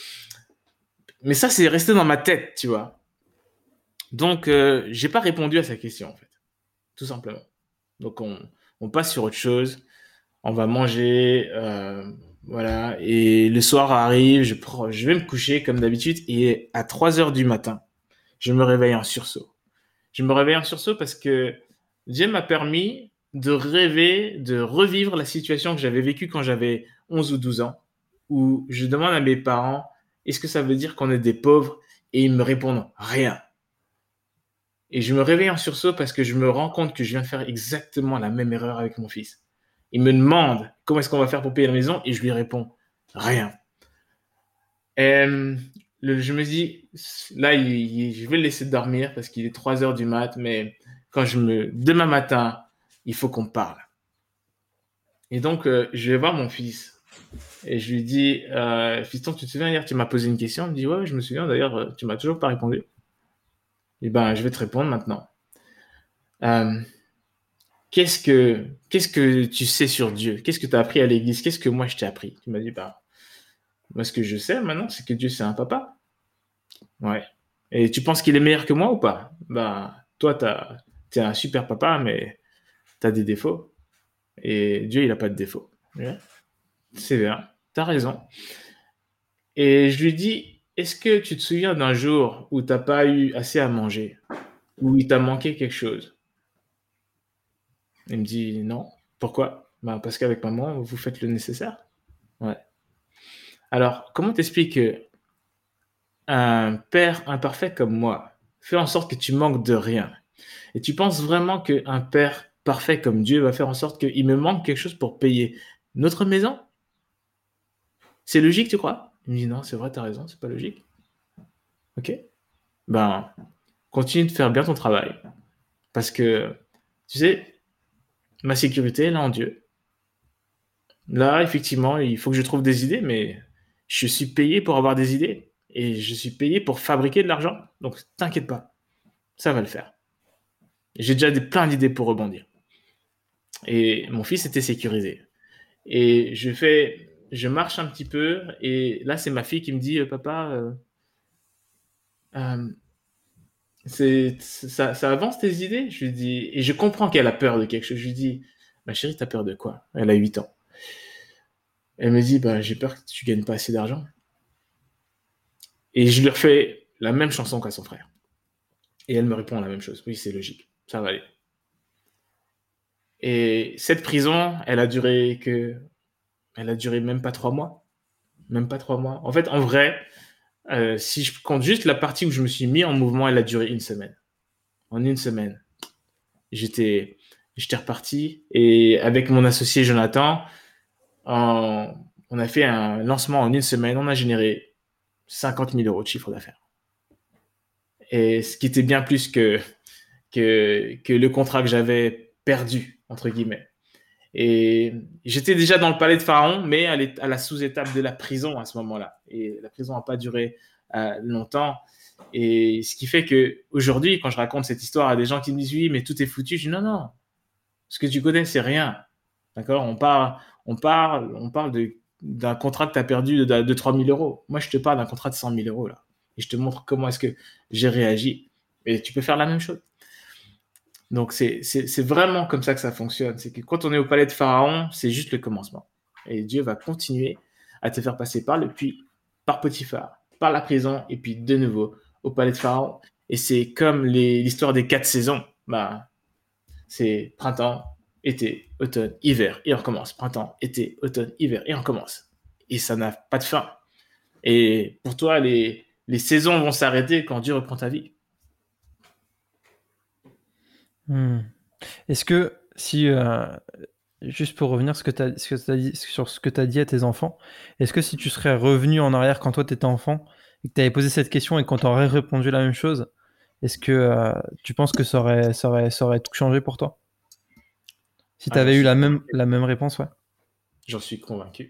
Mais ça, c'est resté dans ma tête, tu vois. Donc, euh, j'ai pas répondu à sa question, en fait, tout simplement. Donc, on, on passe sur autre chose. On va manger, euh, voilà. Et le soir arrive, je, prends- je vais me coucher comme d'habitude. Et à trois heures du matin, je me réveille en sursaut. Je me réveille en sursaut parce que Dieu m'a permis de rêver, de revivre la situation que j'avais vécue quand j'avais onze ou douze ans, où je demande à mes parents, est-ce que ça veut dire qu'on est des pauvres? Et ils me répondent, rien. Et je me réveille en sursaut parce que je me rends compte que je viens de faire exactement la même erreur avec mon fils. Il me demande comment est-ce qu'on va faire pour payer la maison et je lui réponds rien. Et le, je me dis, là, il, il, je vais le laisser dormir parce qu'il est trois heures du mat, mais quand je me, demain matin, il faut qu'on parle. Et donc, euh, je vais voir mon fils et je lui dis, euh, fiston, tu te souviens hier, tu m'as posé une question? Il me dit, ouais, je me souviens, d'ailleurs, tu m'as toujours pas répondu. Et ben, je vais te répondre maintenant. Euh, Qu'est-ce que, qu'est-ce que tu sais sur Dieu? Qu'est-ce que tu as appris à l'église? Qu'est-ce que moi je t'ai appris? Tu m'as dit, bah, moi ce que je sais maintenant, c'est que Dieu c'est un papa. Ouais. Et tu penses qu'il est meilleur que moi ou pas? Bah, toi, t'as, t'es un super papa, mais t'as des défauts. Et Dieu, il a pas de défauts. Ouais. C'est bien. T'as raison. Et je lui dis, est-ce que tu te souviens d'un jour où t'as pas eu assez à manger? Où il t'a manqué quelque chose? Il me dit, non. Pourquoi? Bah, parce qu'avec maman, vous faites le nécessaire. Ouais. Alors, comment t'expliques que un père imparfait comme moi fait en sorte que tu manques de rien? Et tu penses vraiment qu'un père parfait comme Dieu va faire en sorte qu'il me manque quelque chose pour payer notre maison? C'est logique, tu crois? Il me dit non, c'est vrai, t'as raison, c'est pas logique. Ok. Ben, continue de faire bien ton travail. Parce que, tu sais, ma sécurité, elle est en Dieu. Là, effectivement, il faut que je trouve des idées, mais je suis payé pour avoir des idées. Et je suis payé pour fabriquer de l'argent. Donc, t'inquiète pas, ça va le faire. J'ai déjà des, plein d'idées pour rebondir. Et mon fils était sécurisé. Et je fais, je marche un petit peu, et là, c'est ma fille qui me dit, euh, papa, euh, euh, c'est, ça, ça avance tes idées? Je lui dis, et je comprends qu'elle a peur de quelque chose. Je lui dis, ma chérie, t'as peur de quoi? Elle a huit ans. Elle me dit, bah, j'ai peur que tu gagnes pas assez d'argent. Et je lui refais la même chanson qu'à son frère. Et elle me répond la même chose. Oui, c'est logique. Ça va aller. Et cette prison, elle a duré que, elle a duré même pas trois mois. Même pas trois mois. En fait, en vrai, euh, si je compte juste la partie où je me suis mis en mouvement, elle a duré une semaine. En une semaine, j'étais, j'étais reparti. Et avec mon associé Jonathan, en- on a fait un lancement en une semaine. On a généré cinquante mille euros de chiffre d'affaires. Et ce qui était bien plus que, que, que le contrat que j'avais perdu, entre guillemets. Et j'étais déjà dans le palais de Pharaon, mais à, à la sous-étape de la prison à ce moment-là. Et la prison n'a pas duré euh, longtemps. Et ce qui fait qu'aujourd'hui, quand je raconte cette histoire à des gens qui me disent « Oui, mais tout est foutu », je dis « Non, non, ce que tu connais, c'est rien. » D'accord ? On parle, on parle, on parle de, d'un contrat que tu as perdu de, de trois mille euros. Moi, je te parle d'un contrat de cent mille euros, là. Et je te montre comment est-ce que j'ai réagi. Et tu peux faire la même chose. Donc, c'est, c'est, c'est vraiment comme ça que ça fonctionne. C'est que quand on est au palais de Pharaon, c'est juste le commencement. Et Dieu va continuer à te faire passer par le puits, par Potiphar, par la prison, et puis de nouveau au palais de Pharaon. Et c'est comme les, l'histoire des quatre saisons. Bah, c'est printemps, été, automne, hiver, et on recommence. Printemps, été, automne, hiver, et on recommence. Et ça n'a pas de fin. Et pour toi, les, les saisons vont s'arrêter quand Dieu reprend ta vie. Hmm. Est-ce que, si, euh, juste pour revenir ce que t'as, ce que t'as dit, sur ce que tu as dit à tes enfants, est-ce que si tu serais revenu en arrière quand toi tu étais enfant et que tu avais posé cette question et qu'on t'aurait répondu la même chose, est-ce que euh, tu penses que ça aurait, ça, aurait, ça aurait tout changé pour toi? Si tu Ah, avais j'en eu la suis, même, la même réponse, ouais. j'en suis convaincu.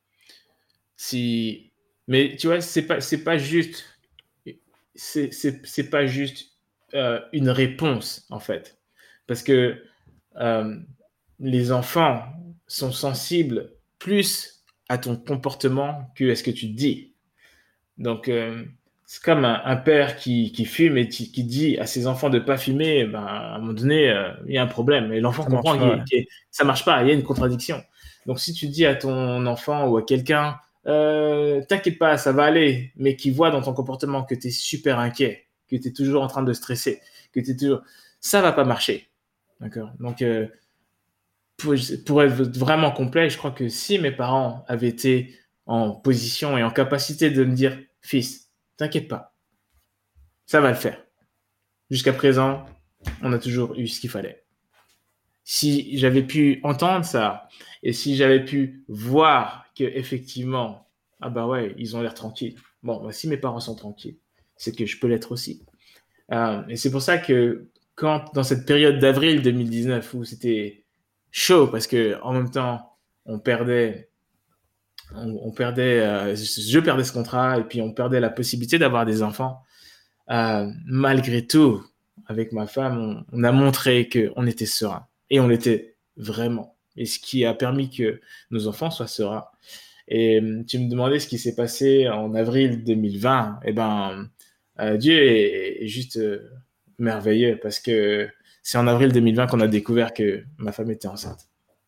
Si, mais tu vois, c'est pas, c'est pas juste, c'est, c'est, c'est pas juste euh, une réponse en fait, parce que euh, les enfants sont sensibles plus à ton comportement que à ce que tu dis. Donc, euh, c'est comme un, un père qui, qui fume et qui, qui dit à ses enfants de ne pas fumer, ben, à un moment donné, euh, il y a un problème. Et l'enfant Ça marche comprend pas, ouais. que ça ne marche pas, il y a une contradiction. Donc, si tu dis à ton enfant ou à quelqu'un, euh, t'inquiète pas, ça va aller, mais qui voit dans ton comportement que tu es super inquiet, que tu es toujours en train de stresser, que tu es toujours. Ça va pas marcher. D'accord ? Donc, euh, pour, pour être vraiment complet, je crois que si mes parents avaient été en position et en capacité de me dire, fils, t'inquiète pas, ça va le faire. Jusqu'à présent, on a toujours eu ce qu'il fallait. Si j'avais pu entendre ça et si j'avais pu voir que effectivement, ah bah ouais, ils ont l'air tranquilles. Bon, bah si mes parents sont tranquilles, c'est que je peux l'être aussi. Euh, et c'est pour ça que quand dans cette période d'avril deux mille dix-neuf où c'était chaud parce que en même temps on perdait, on, on perdait, euh, je perdais ce contrat et puis on perdait la possibilité d'avoir des enfants. Euh, malgré tout, avec ma femme, on, on a montré qu'on était serein. Et on l'était vraiment. Et ce qui a permis que nos enfants soient sereins. Et euh, tu me demandais ce qui s'est passé en avril deux mille vingt. Eh ben, euh, Dieu est, est juste euh, merveilleux parce que c'est en avril deux mille vingt qu'on a découvert que ma femme était enceinte.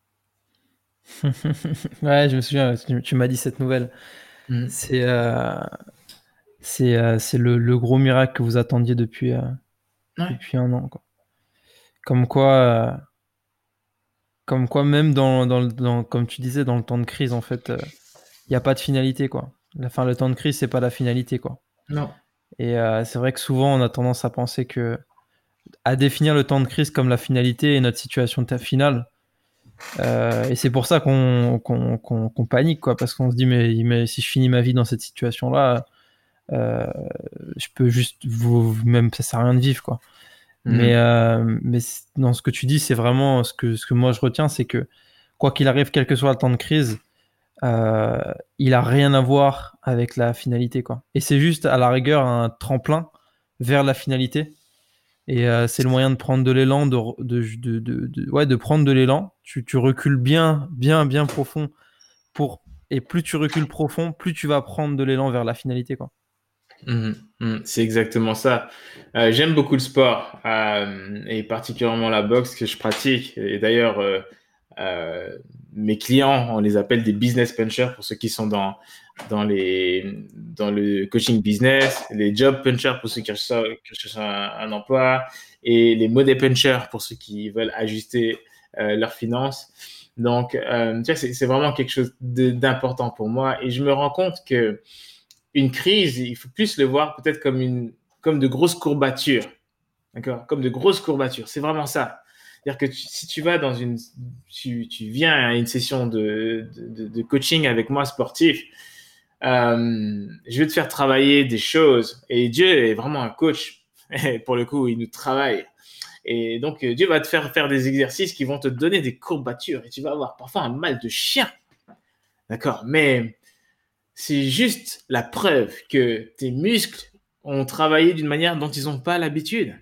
Ouais, je me souviens, tu, tu m'as dit cette nouvelle. Mm. C'est, euh, c'est, euh, c'est le, le gros miracle que vous attendiez depuis, euh, Ouais. depuis un an, quoi. Comme quoi, euh, comme quoi même dans, dans, le- dans, comme tu disais, dans le temps de crise, en fait, il n'y a pas de finalité, quoi. La fin, le temps de crise, c'est pas la finalité, quoi. Non. Et euh, c'est vrai que souvent, on a tendance à penser que, à définir le temps de crise comme la finalité et notre situation ta- finale. Euh, et c'est pour ça qu'on, qu'on, qu'on, qu'on panique, quoi, parce qu'on se dit, mais, mais si je finis ma vie dans cette situation-là, euh, je peux juste, vous, même, ça sert à rien de vivre, quoi. Mm. Mais, euh, mais c- dans ce que tu dis, c'est vraiment ce que, ce que moi je retiens, c'est que quoi qu'il arrive, quel que soit le temps de crise, euh, il a rien à voir avec la finalité, quoi. Et c'est juste à la rigueur un tremplin vers la finalité. Et euh, c'est le moyen de prendre de l'élan, de, de, de, de, de- ouais, de prendre de l'élan. Tu, tu recules bien, bien, bien profond pour, et plus tu recules profond, plus tu vas prendre de l'élan vers la finalité, quoi. Mhm, mhm, c'est exactement ça. Euh, j'aime beaucoup le sport euh, et particulièrement la boxe que je pratique. Et d'ailleurs, euh, euh, mes clients, on les appelle des business punchers pour ceux qui sont dans dans les dans le coaching business, les job punchers pour ceux qui recherchent, qui recherchent un, un emploi et les money punchers pour ceux qui veulent ajuster euh, leurs finances. Donc, euh, tu vois, c'est c'est vraiment quelque chose de- d'important pour moi et je me rends compte que une crise, il faut plus le voir peut-être comme une, comme de grosses courbatures. D'accord? Comme de grosses courbatures. C'est vraiment ça. C'est-à-dire que tu- si tu vas dans une, tu, tu viens à une session de, de, de coaching avec moi sportif, euh, je vais te faire travailler des choses. Et Dieu est vraiment un coach. Et pour le coup, il nous travaille. Et donc, Dieu va te faire faire des exercices qui vont te donner des courbatures. Et tu vas avoir parfois un mal de chien. D'accord? Mais c'est juste la preuve que tes muscles ont travaillé d'une manière dont ils n'ont pas l'habitude.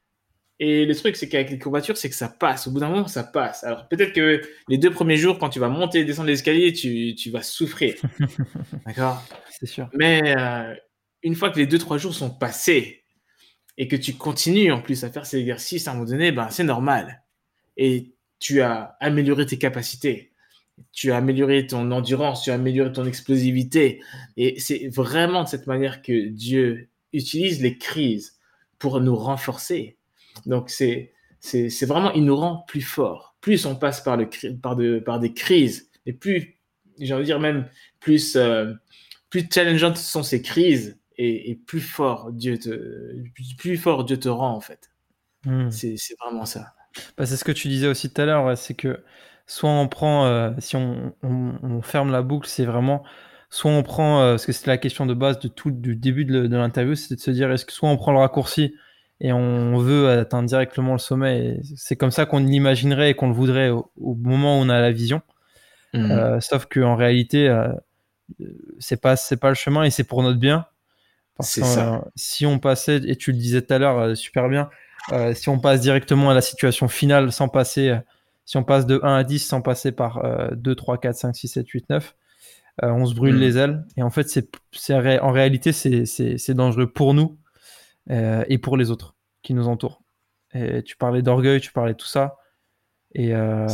Et le truc, c'est qu'avec les courbatures, c'est que ça passe. Au bout d'un moment, ça passe. Alors peut-être que les deux premiers jours, quand tu vas monter et descendre l'escalier, tu, tu vas souffrir. D'accord? C'est sûr. Mais euh, une fois que les deux, trois jours sont passés et que tu continues en plus à faire ces exercices, à un moment donné, ben, c'est normal. Et tu as amélioré tes capacités. Tu as amélioré ton endurance, tu as amélioré ton explosivité. Et c'est vraiment de cette manière que Dieu utilise les crises pour nous renforcer. Donc, c'est, c'est, c'est vraiment, il nous rend plus forts. Plus on passe par, le, par, de, par des crises, et plus, j'ai envie de dire même, plus, euh, plus challengeantes sont ces crises, et, et plus fort Dieu te, plus fort Dieu te rend, en fait. Mm. C'est, c'est vraiment ça. Bah, c'est ce que tu disais aussi tout à l'heure, ouais, c'est que soit on prend, euh, si on, on, on ferme la boucle, c'est vraiment, soit on prend, euh, parce que c'est la question de base de tout, du début de, de l'interview, c'est de se dire, est-ce que soit on prend le raccourci et on veut atteindre directement le sommet, et c'est comme ça qu'on l'imaginerait et qu'on le voudrait au, au moment où on a la vision, Mhm. euh, sauf qu'en réalité, euh, c'est pas, c'est pas le chemin et c'est pour notre bien. Parce C'est que ça. euh, si on passait, et tu le disais tout à l'heure, euh, super bien, euh, si on passe directement à la situation finale sans passer, euh, si on passe de un à dix sans passer par euh, deux, trois, quatre, cinq, six, sept, huit, neuf, euh, on se brûle Mhm. les ailes. Et en fait, c'est, c'est ré- en réalité, c'est, c'est, c'est dangereux pour nous euh, et pour les autres qui nous entourent. Et tu parlais d'orgueil, tu parlais de tout ça. Et, euh,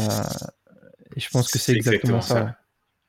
et je pense que c'est C'est exactement exactement ça. ça. Ouais.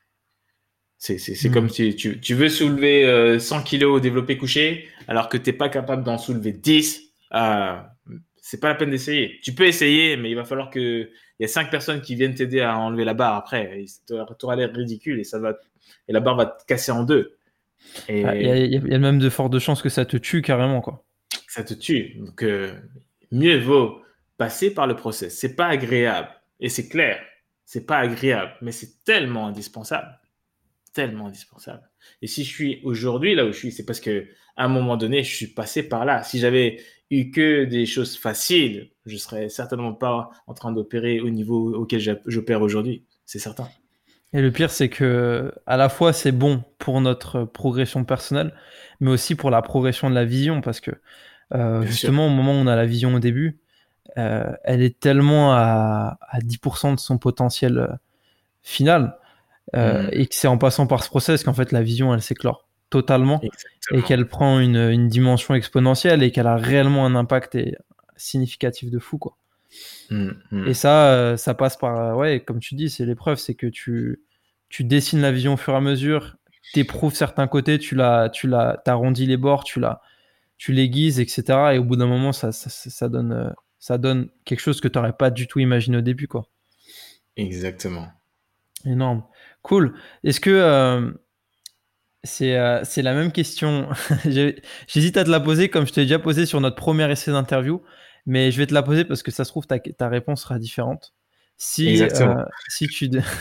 C'est, c'est, c'est Mm. comme si tu, tu veux soulever euh, cent kilos au développé couché, alors que tu n'es pas capable d'en soulever dix. Euh, c'est pas la peine d'essayer. Tu peux essayer, mais il va falloir que il y a cinq personnes qui viennent t'aider à enlever la barre après. Tu auras l'air ridicule et ça va, et la barre va te casser en deux. Ah, Il y, a, Et il y a même de fortes chances que ça te tue carrément, quoi. ça te tue. Donc, euh, mieux vaut passer par le process. C'est pas agréable. Et c'est clair. C'est pas agréable, mais c'est tellement indispensable. Tellement indispensable. Et si je suis aujourd'hui là où je suis, c'est parce que à un moment donné, je suis passé par là. Si j'avais eu que des choses faciles, je serais certainement pas en train d'opérer au niveau auquel j'a- j'opère aujourd'hui. C'est certain. Et le pire, c'est que à la fois c'est bon pour notre progression personnelle, mais aussi pour la progression de la vision, parce que euh, Bien sûr. justement au moment où on a la vision au début, euh, elle est tellement à, à dix pour cent de son potentiel euh, final, euh, Mhm. et que c'est en passant par ce process qu'en fait la vision elle s'éclore totalement et Exactement. qu'elle prend une, une dimension exponentielle et qu'elle a réellement un impact et- significatif de fou, quoi. Mhm. Et Mhm. ça, euh, ça passe par, euh, ouais, comme tu dis, c'est l'épreuve, c'est que tu, tu dessines la vision au fur et à mesure, t'éprouves certains côtés, tu l'as, tu l'as, t'arrondis les bords, tu l'as, tu l'aiguises, et cetera. Et au bout d'un moment, ça, ça, ça- ça donne, euh, ça donne quelque chose que tu n'aurais pas du tout imaginé au début, quoi. Exactement. Énorme. Cool. Est-ce que euh, c'est, euh, c'est la même question? J'ai- J'hésite à te la poser comme je t'ai déjà posé sur notre premier essai d'interview, mais je vais te la poser parce que ça se trouve, ta, ta réponse sera différente. Si, Exactement. euh, si tu, de-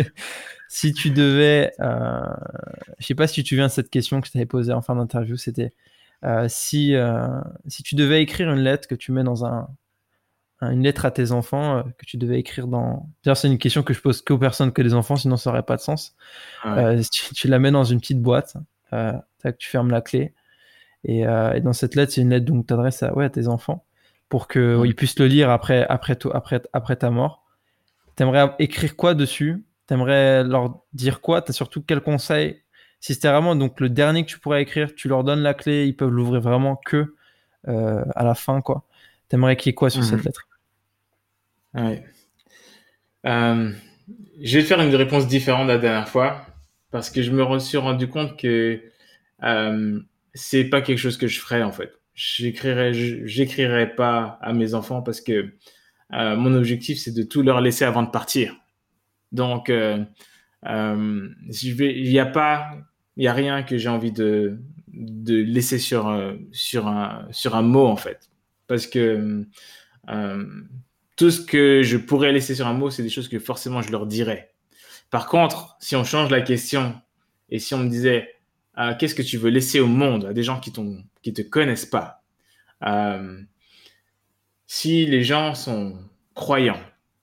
si tu devais, euh, je sais pas si tu te souviens de cette question que je t'avais posée en fin d'interview, c'était euh, si, euh, si tu devais écrire une lettre que tu mets dans un, un- une lettre à tes enfants, euh, que tu devais écrire dans. D'ailleurs, c'est une question que je pose qu'aux personnes que les enfants, sinon ça n'aurait pas de sens. Ouais. Euh, si tu, tu la mets dans une petite boîte, euh, tac, tu fermes la clé, et, euh, et dans cette lettre, c'est une lettre donc tu t'adresses à, ouais, à tes enfants pour qu'ils Mhm. ils puissent le lire après, après, toi- après, après ta mort. T'aimerais écrire quoi dessus? T'aimerais leur dire quoi? T'as surtout quel conseil? Si c'était vraiment donc le dernier que tu pourrais écrire, tu leur donnes la clé, ils peuvent l'ouvrir vraiment que euh, à la fin, quoi. T'aimerais qu'il y ait quoi sur cette Mhm. lettre? Ouais. Euh, je vais te faire une réponse différente de la dernière fois parce que je me suis rendu compte que euh, c'est pas quelque chose que je ferais en fait. J'écrirais, je- j'écrirais pas à mes enfants parce que euh, mon objectif c'est de tout leur laisser avant de partir. Donc, euh, euh, si je vais, il y a pas, il y a rien que j'ai envie de de laisser sur euh, sur un sur un mot en fait, parce que euh, tout ce que je pourrais laisser sur un mot, c'est des choses que forcément je leur dirais. Par contre, si on change la question et si on me disait euh, qu'est-ce que tu veux laisser au monde à des gens qui t'ont qui te connaissent pas, euh, si les gens sont croyants,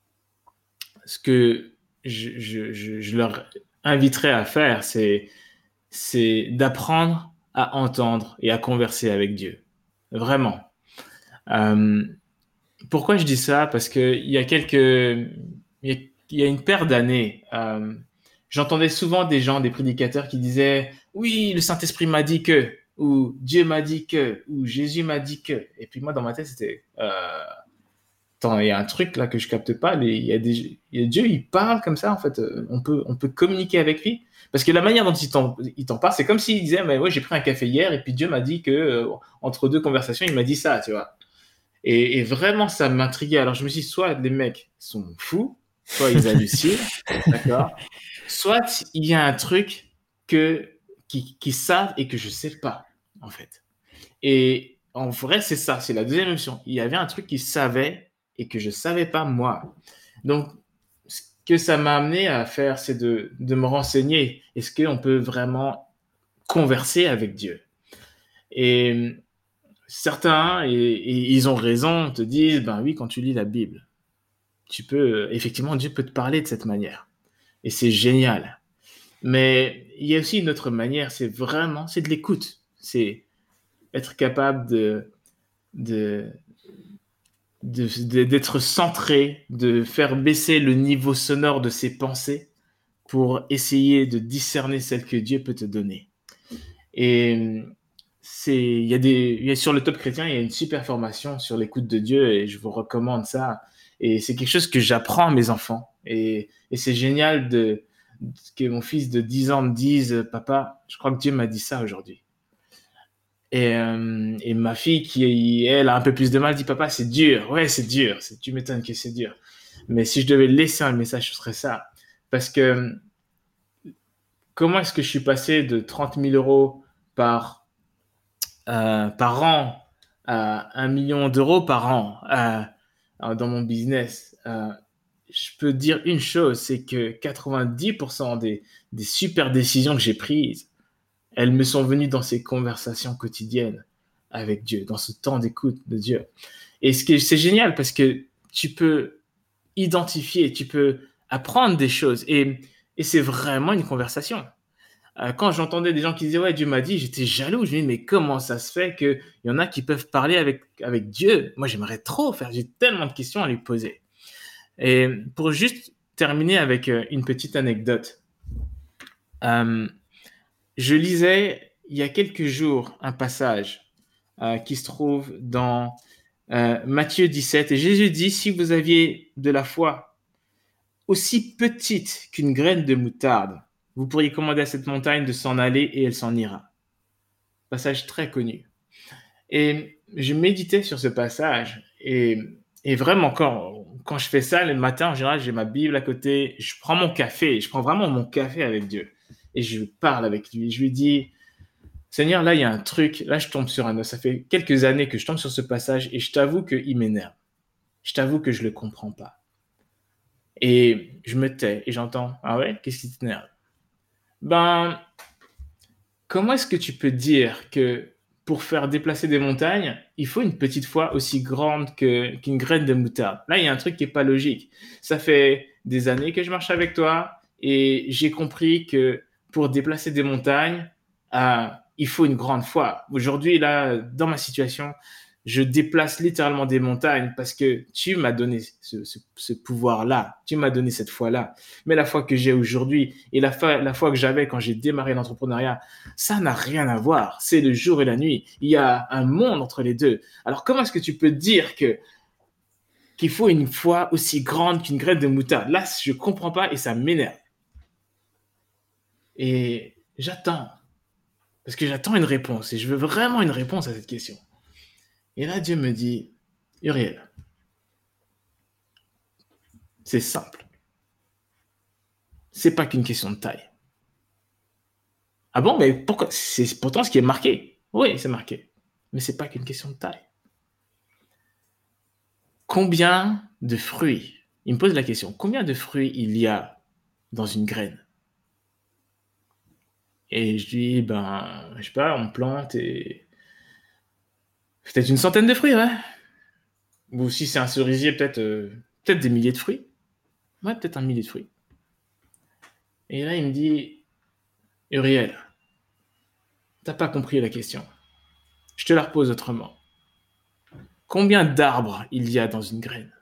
ce que je, je, je, je leur inviterais à faire, c'est c'est d'apprendre à entendre et à converser avec Dieu. Vraiment. Euh, pourquoi je dis ça? Parce qu'il y a quelques... Il y a, il y a une paire d'années, euh, j'entendais souvent des gens, des prédicateurs qui disaient « Oui, le Saint-Esprit m'a dit que » ou « Dieu m'a dit que » ou « Jésus m'a dit que ». Et puis moi, dans ma tête, c'était euh, « Attends, il y a un truc là que je capte pas. Les, il y a des, il y a Dieu, il parle comme ça, en fait. On peut, on peut communiquer avec lui. » Parce que la manière dont il t'en, il t'en parle, c'est comme s'il disait « Mais ouais, j'ai pris un café hier et puis Dieu m'a dit que, euh, entre deux conversations, il m'a dit ça, tu vois. » Et, et vraiment, ça m'intriguait. Alors je me suis dit, soit les mecs sont fous, soit ils hallucinent, d'accord? Soit il y a un truc que, qui, qui savent et que je sais pas, en fait. Et en vrai, c'est ça, c'est la deuxième option. Il y avait un truc qu'ils savaient et que je savais pas moi. Donc, ce que ça m'a amené à faire, c'est de, de me renseigner. Est-ce qu'on peut vraiment converser avec Dieu? Et certains, et, et ils ont raison, te disent, ben oui, quand tu lis la Bible, tu peux, effectivement, Dieu peut te parler de cette manière. Et c'est génial. Mais il y a aussi une autre manière, c'est vraiment, c'est de l'écoute. C'est être capable de, de, de, de- d'être centré, de faire baisser le niveau sonore de ses pensées pour essayer de discerner celle que Dieu peut te donner. Et c'est, il y a des, il y a sur le Top Chrétien, il y a une super formation sur l'écoute de Dieu et je vous recommande ça. Et c'est quelque chose que j'apprends à mes enfants. Et, et c'est génial de, que mon fils de dix ans me dise, papa, je crois que Dieu m'a dit ça aujourd'hui. Et, euh, et ma fille qui, elle, a un peu plus de mal, dit, papa, c'est dur. Ouais, c'est dur. C'est, tu m'étonnes que c'est dur. Mais si je devais laisser un message, ce serait ça. Parce que comment est-ce que je suis passé de trente mille euros par euh, par an à un million d'euros par an euh, dans mon business, euh, je peux dire une chose, c'est que quatre-vingt-dix pour cent des, des super décisions que j'ai prises, elles me sont venues dans ces conversations quotidiennes avec Dieu, dans ce temps d'écoute de Dieu. Et ce qui est, c'est génial parce que tu peux identifier, tu peux apprendre des choses et, et c'est vraiment une conversation. Euh, quand j'entendais des gens qui disaient ouais Dieu m'a dit, j'étais jaloux. Je me dis mais comment ça se fait qu'il y en a qui peuvent parler avec avec Dieu? Moi j'aimerais trop faire. J'ai tellement de questions à lui poser. Et pour juste terminer avec euh, une petite anecdote, euh, je lisais il y a quelques jours un passage euh, qui se trouve dans euh, Matthieu dix-sept et Jésus dit si vous aviez de la foi aussi petite qu'une graine de moutarde, vous pourriez commander à cette montagne de s'en aller et elle s'en ira. Passage très connu. Et je méditais sur ce passage et, et vraiment quand, quand je fais ça le matin, en général, j'ai ma Bible à côté, je prends mon café, je prends vraiment mon café avec Dieu et je parle avec lui. Je lui dis, Seigneur, là, il y a un truc, là, je tombe sur un os. Ça fait quelques années que je tombe sur ce passage et je t'avoue qu'il m'énerve. Je t'avoue que je le comprends pas. Et je me tais et j'entends, ah ouais, qu'est-ce qui t'énerve? Ben, comment est-ce que tu peux dire que pour faire déplacer des montagnes, il faut une petite foi aussi grande que, qu'une graine de moutarde? Là, il y a un truc qui n'est pas logique. Ça fait des années que je marche avec toi et j'ai compris que pour déplacer des montagnes, euh, il faut une grande foi. Aujourd'hui, là, dans ma situation, je déplace littéralement des montagnes parce que tu m'as donné ce, ce, ce pouvoir-là, tu m'as donné cette foi-là. Mais la foi que j'ai aujourd'hui et la foi, la foi que j'avais quand j'ai démarré l'entrepreneuriat, ça n'a rien à voir. C'est le jour et la nuit. Il y a un monde entre les deux. Alors comment est-ce que tu peux dire que qu'il faut une foi aussi grande qu'une graine de moutarde? Là, je comprends pas et ça m'énerve. Et j'attends. Parce que j'attends une réponse et je veux vraiment une réponse à cette question. Et là, Dieu me dit, Uriel, c'est simple. C'est pas qu'une question de taille. Ah bon, mais pourquoi? C'est pourtant ce qui est marqué. Oui, c'est marqué. Mais c'est pas qu'une question de taille. Combien de fruits? Il me pose la question. Combien de fruits il y a dans une graine? Et je dis, ben, je sais pas, on plante et peut-être une centaine de fruits, ouais. Ou si c'est un cerisier, peut-être euh, peut-être des milliers de fruits. Ouais, peut-être un millier de fruits. Et là, il me dit, Uriel, t'as pas compris la question. Je te la repose autrement. Combien d'arbres il y a dans une graine?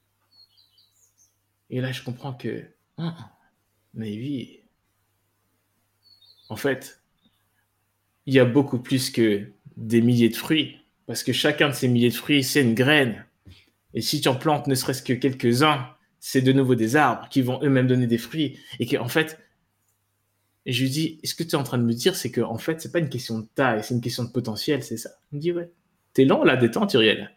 Et là, je comprends que, ah, mais oui, en fait, il y a beaucoup plus que des milliers de fruits, parce que chacun de ces milliers de fruits, c'est une graine. Et si tu en plantes ne serait-ce que quelques-uns, c'est de nouveau des arbres qui vont eux-mêmes donner des fruits. Et qu'en fait, et je lui dis, est-ce que tu es en train de me dire, c'est qu'en fait, c'est pas une question de taille, c'est une question de potentiel, c'est ça. Il me dit, ouais. T'es lent, là, détente, Uriel.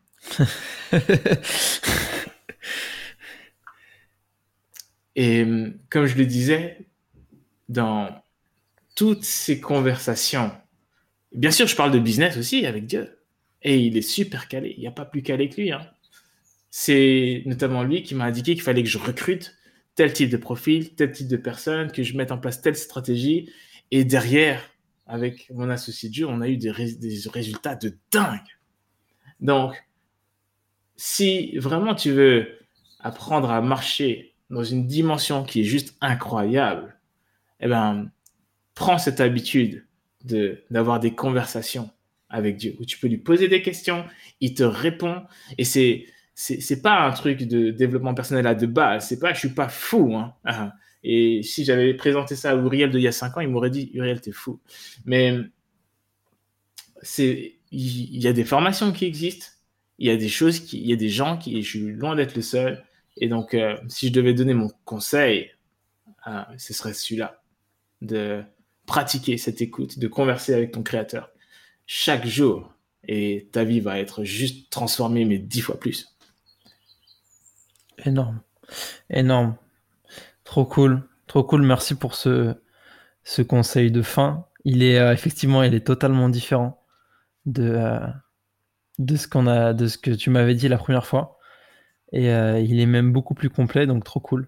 Et comme je le disais, dans toutes ces conversations, bien sûr, je parle de business aussi avec Dieu. Et il est super calé. Il n'y a pas plus calé que lui. Hein. C'est notamment lui qui m'a indiqué qu'il fallait que je recrute tel type de profil, tel type de personne, que je mette en place telle stratégie. Et derrière, avec mon associé Dieu, on a eu des, ré- des résultats de dingue. Donc, si vraiment tu veux apprendre à marcher dans une dimension qui est juste incroyable, eh ben, prends cette habitude de, d'avoir des conversations avec Dieu, où tu peux lui poser des questions, il te répond, et c'est, c'est, c'est pas un truc de développement personnel à deux base, c'est pas, je suis pas fou, hein. Ah. Et si j'avais présenté ça à Uriel d'il y a cinq ans, il m'aurait dit, Uriel, t'es fou. Mais c'est, il y a des formations qui existent, il y a des choses qui, il y a des gens qui, et je suis loin d'être le seul, et donc, euh, si je devais donner mon conseil, euh, ce serait celui-là, de pratiquer cette écoute, de converser avec ton créateur chaque jour, et ta vie va être juste transformée, mais dix fois plus. Énorme, énorme. Trop cool, trop cool. Merci pour ce, ce conseil de fin. Il est euh, effectivement, il est totalement différent de, euh, de ce qu'on a, de ce que tu m'avais dit la première fois. Et euh, il est même beaucoup plus complet, donc trop cool.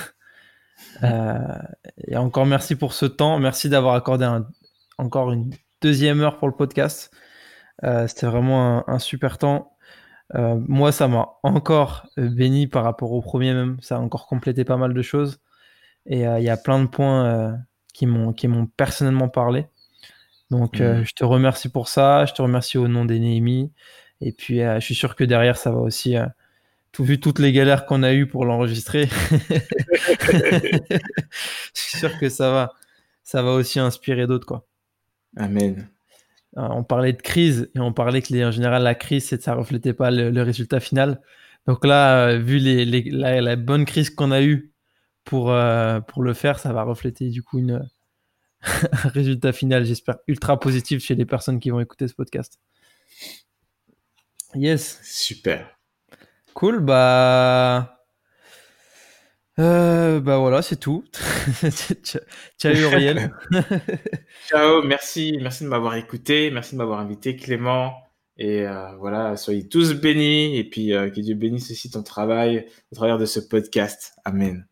euh, et encore merci pour ce temps. Merci d'avoir accordé un, encore une deuxième heure pour le podcast. Euh, c'était vraiment un, un super temps. Euh, moi, ça m'a encore béni par rapport au premier même. Ça a encore complété pas mal de choses. Et il euh, y a plein de points euh, qui m'ont qui m'ont personnellement parlé. Donc, mmh. euh, je te remercie pour ça. Je te remercie au nom des Néhémies. Et puis, euh, je suis sûr que derrière, ça va aussi... Euh, tout, vu toutes les galères qu'on a eues pour l'enregistrer, je suis sûr que ça va, ça va aussi inspirer d'autres, quoi. Amen. Euh, on parlait de crise et on parlait que les, en général, la crise, c'est que ça reflétait pas le, le résultat final. Donc là, euh, vu les, les, la, la bonne crise qu'on a eue pour, euh, pour le faire, ça va refléter du coup une, un résultat final, j'espère, ultra positif chez les personnes qui vont écouter ce podcast. Yes. Super. Cool, bah... Euh, bah voilà, c'est tout. Ciao Uriel. Ciao, merci, merci de m'avoir écouté, merci de m'avoir invité, Clément. Et euh, voilà, soyez tous bénis et puis euh, que Dieu bénisse aussi ton travail au travers de ce podcast. Amen.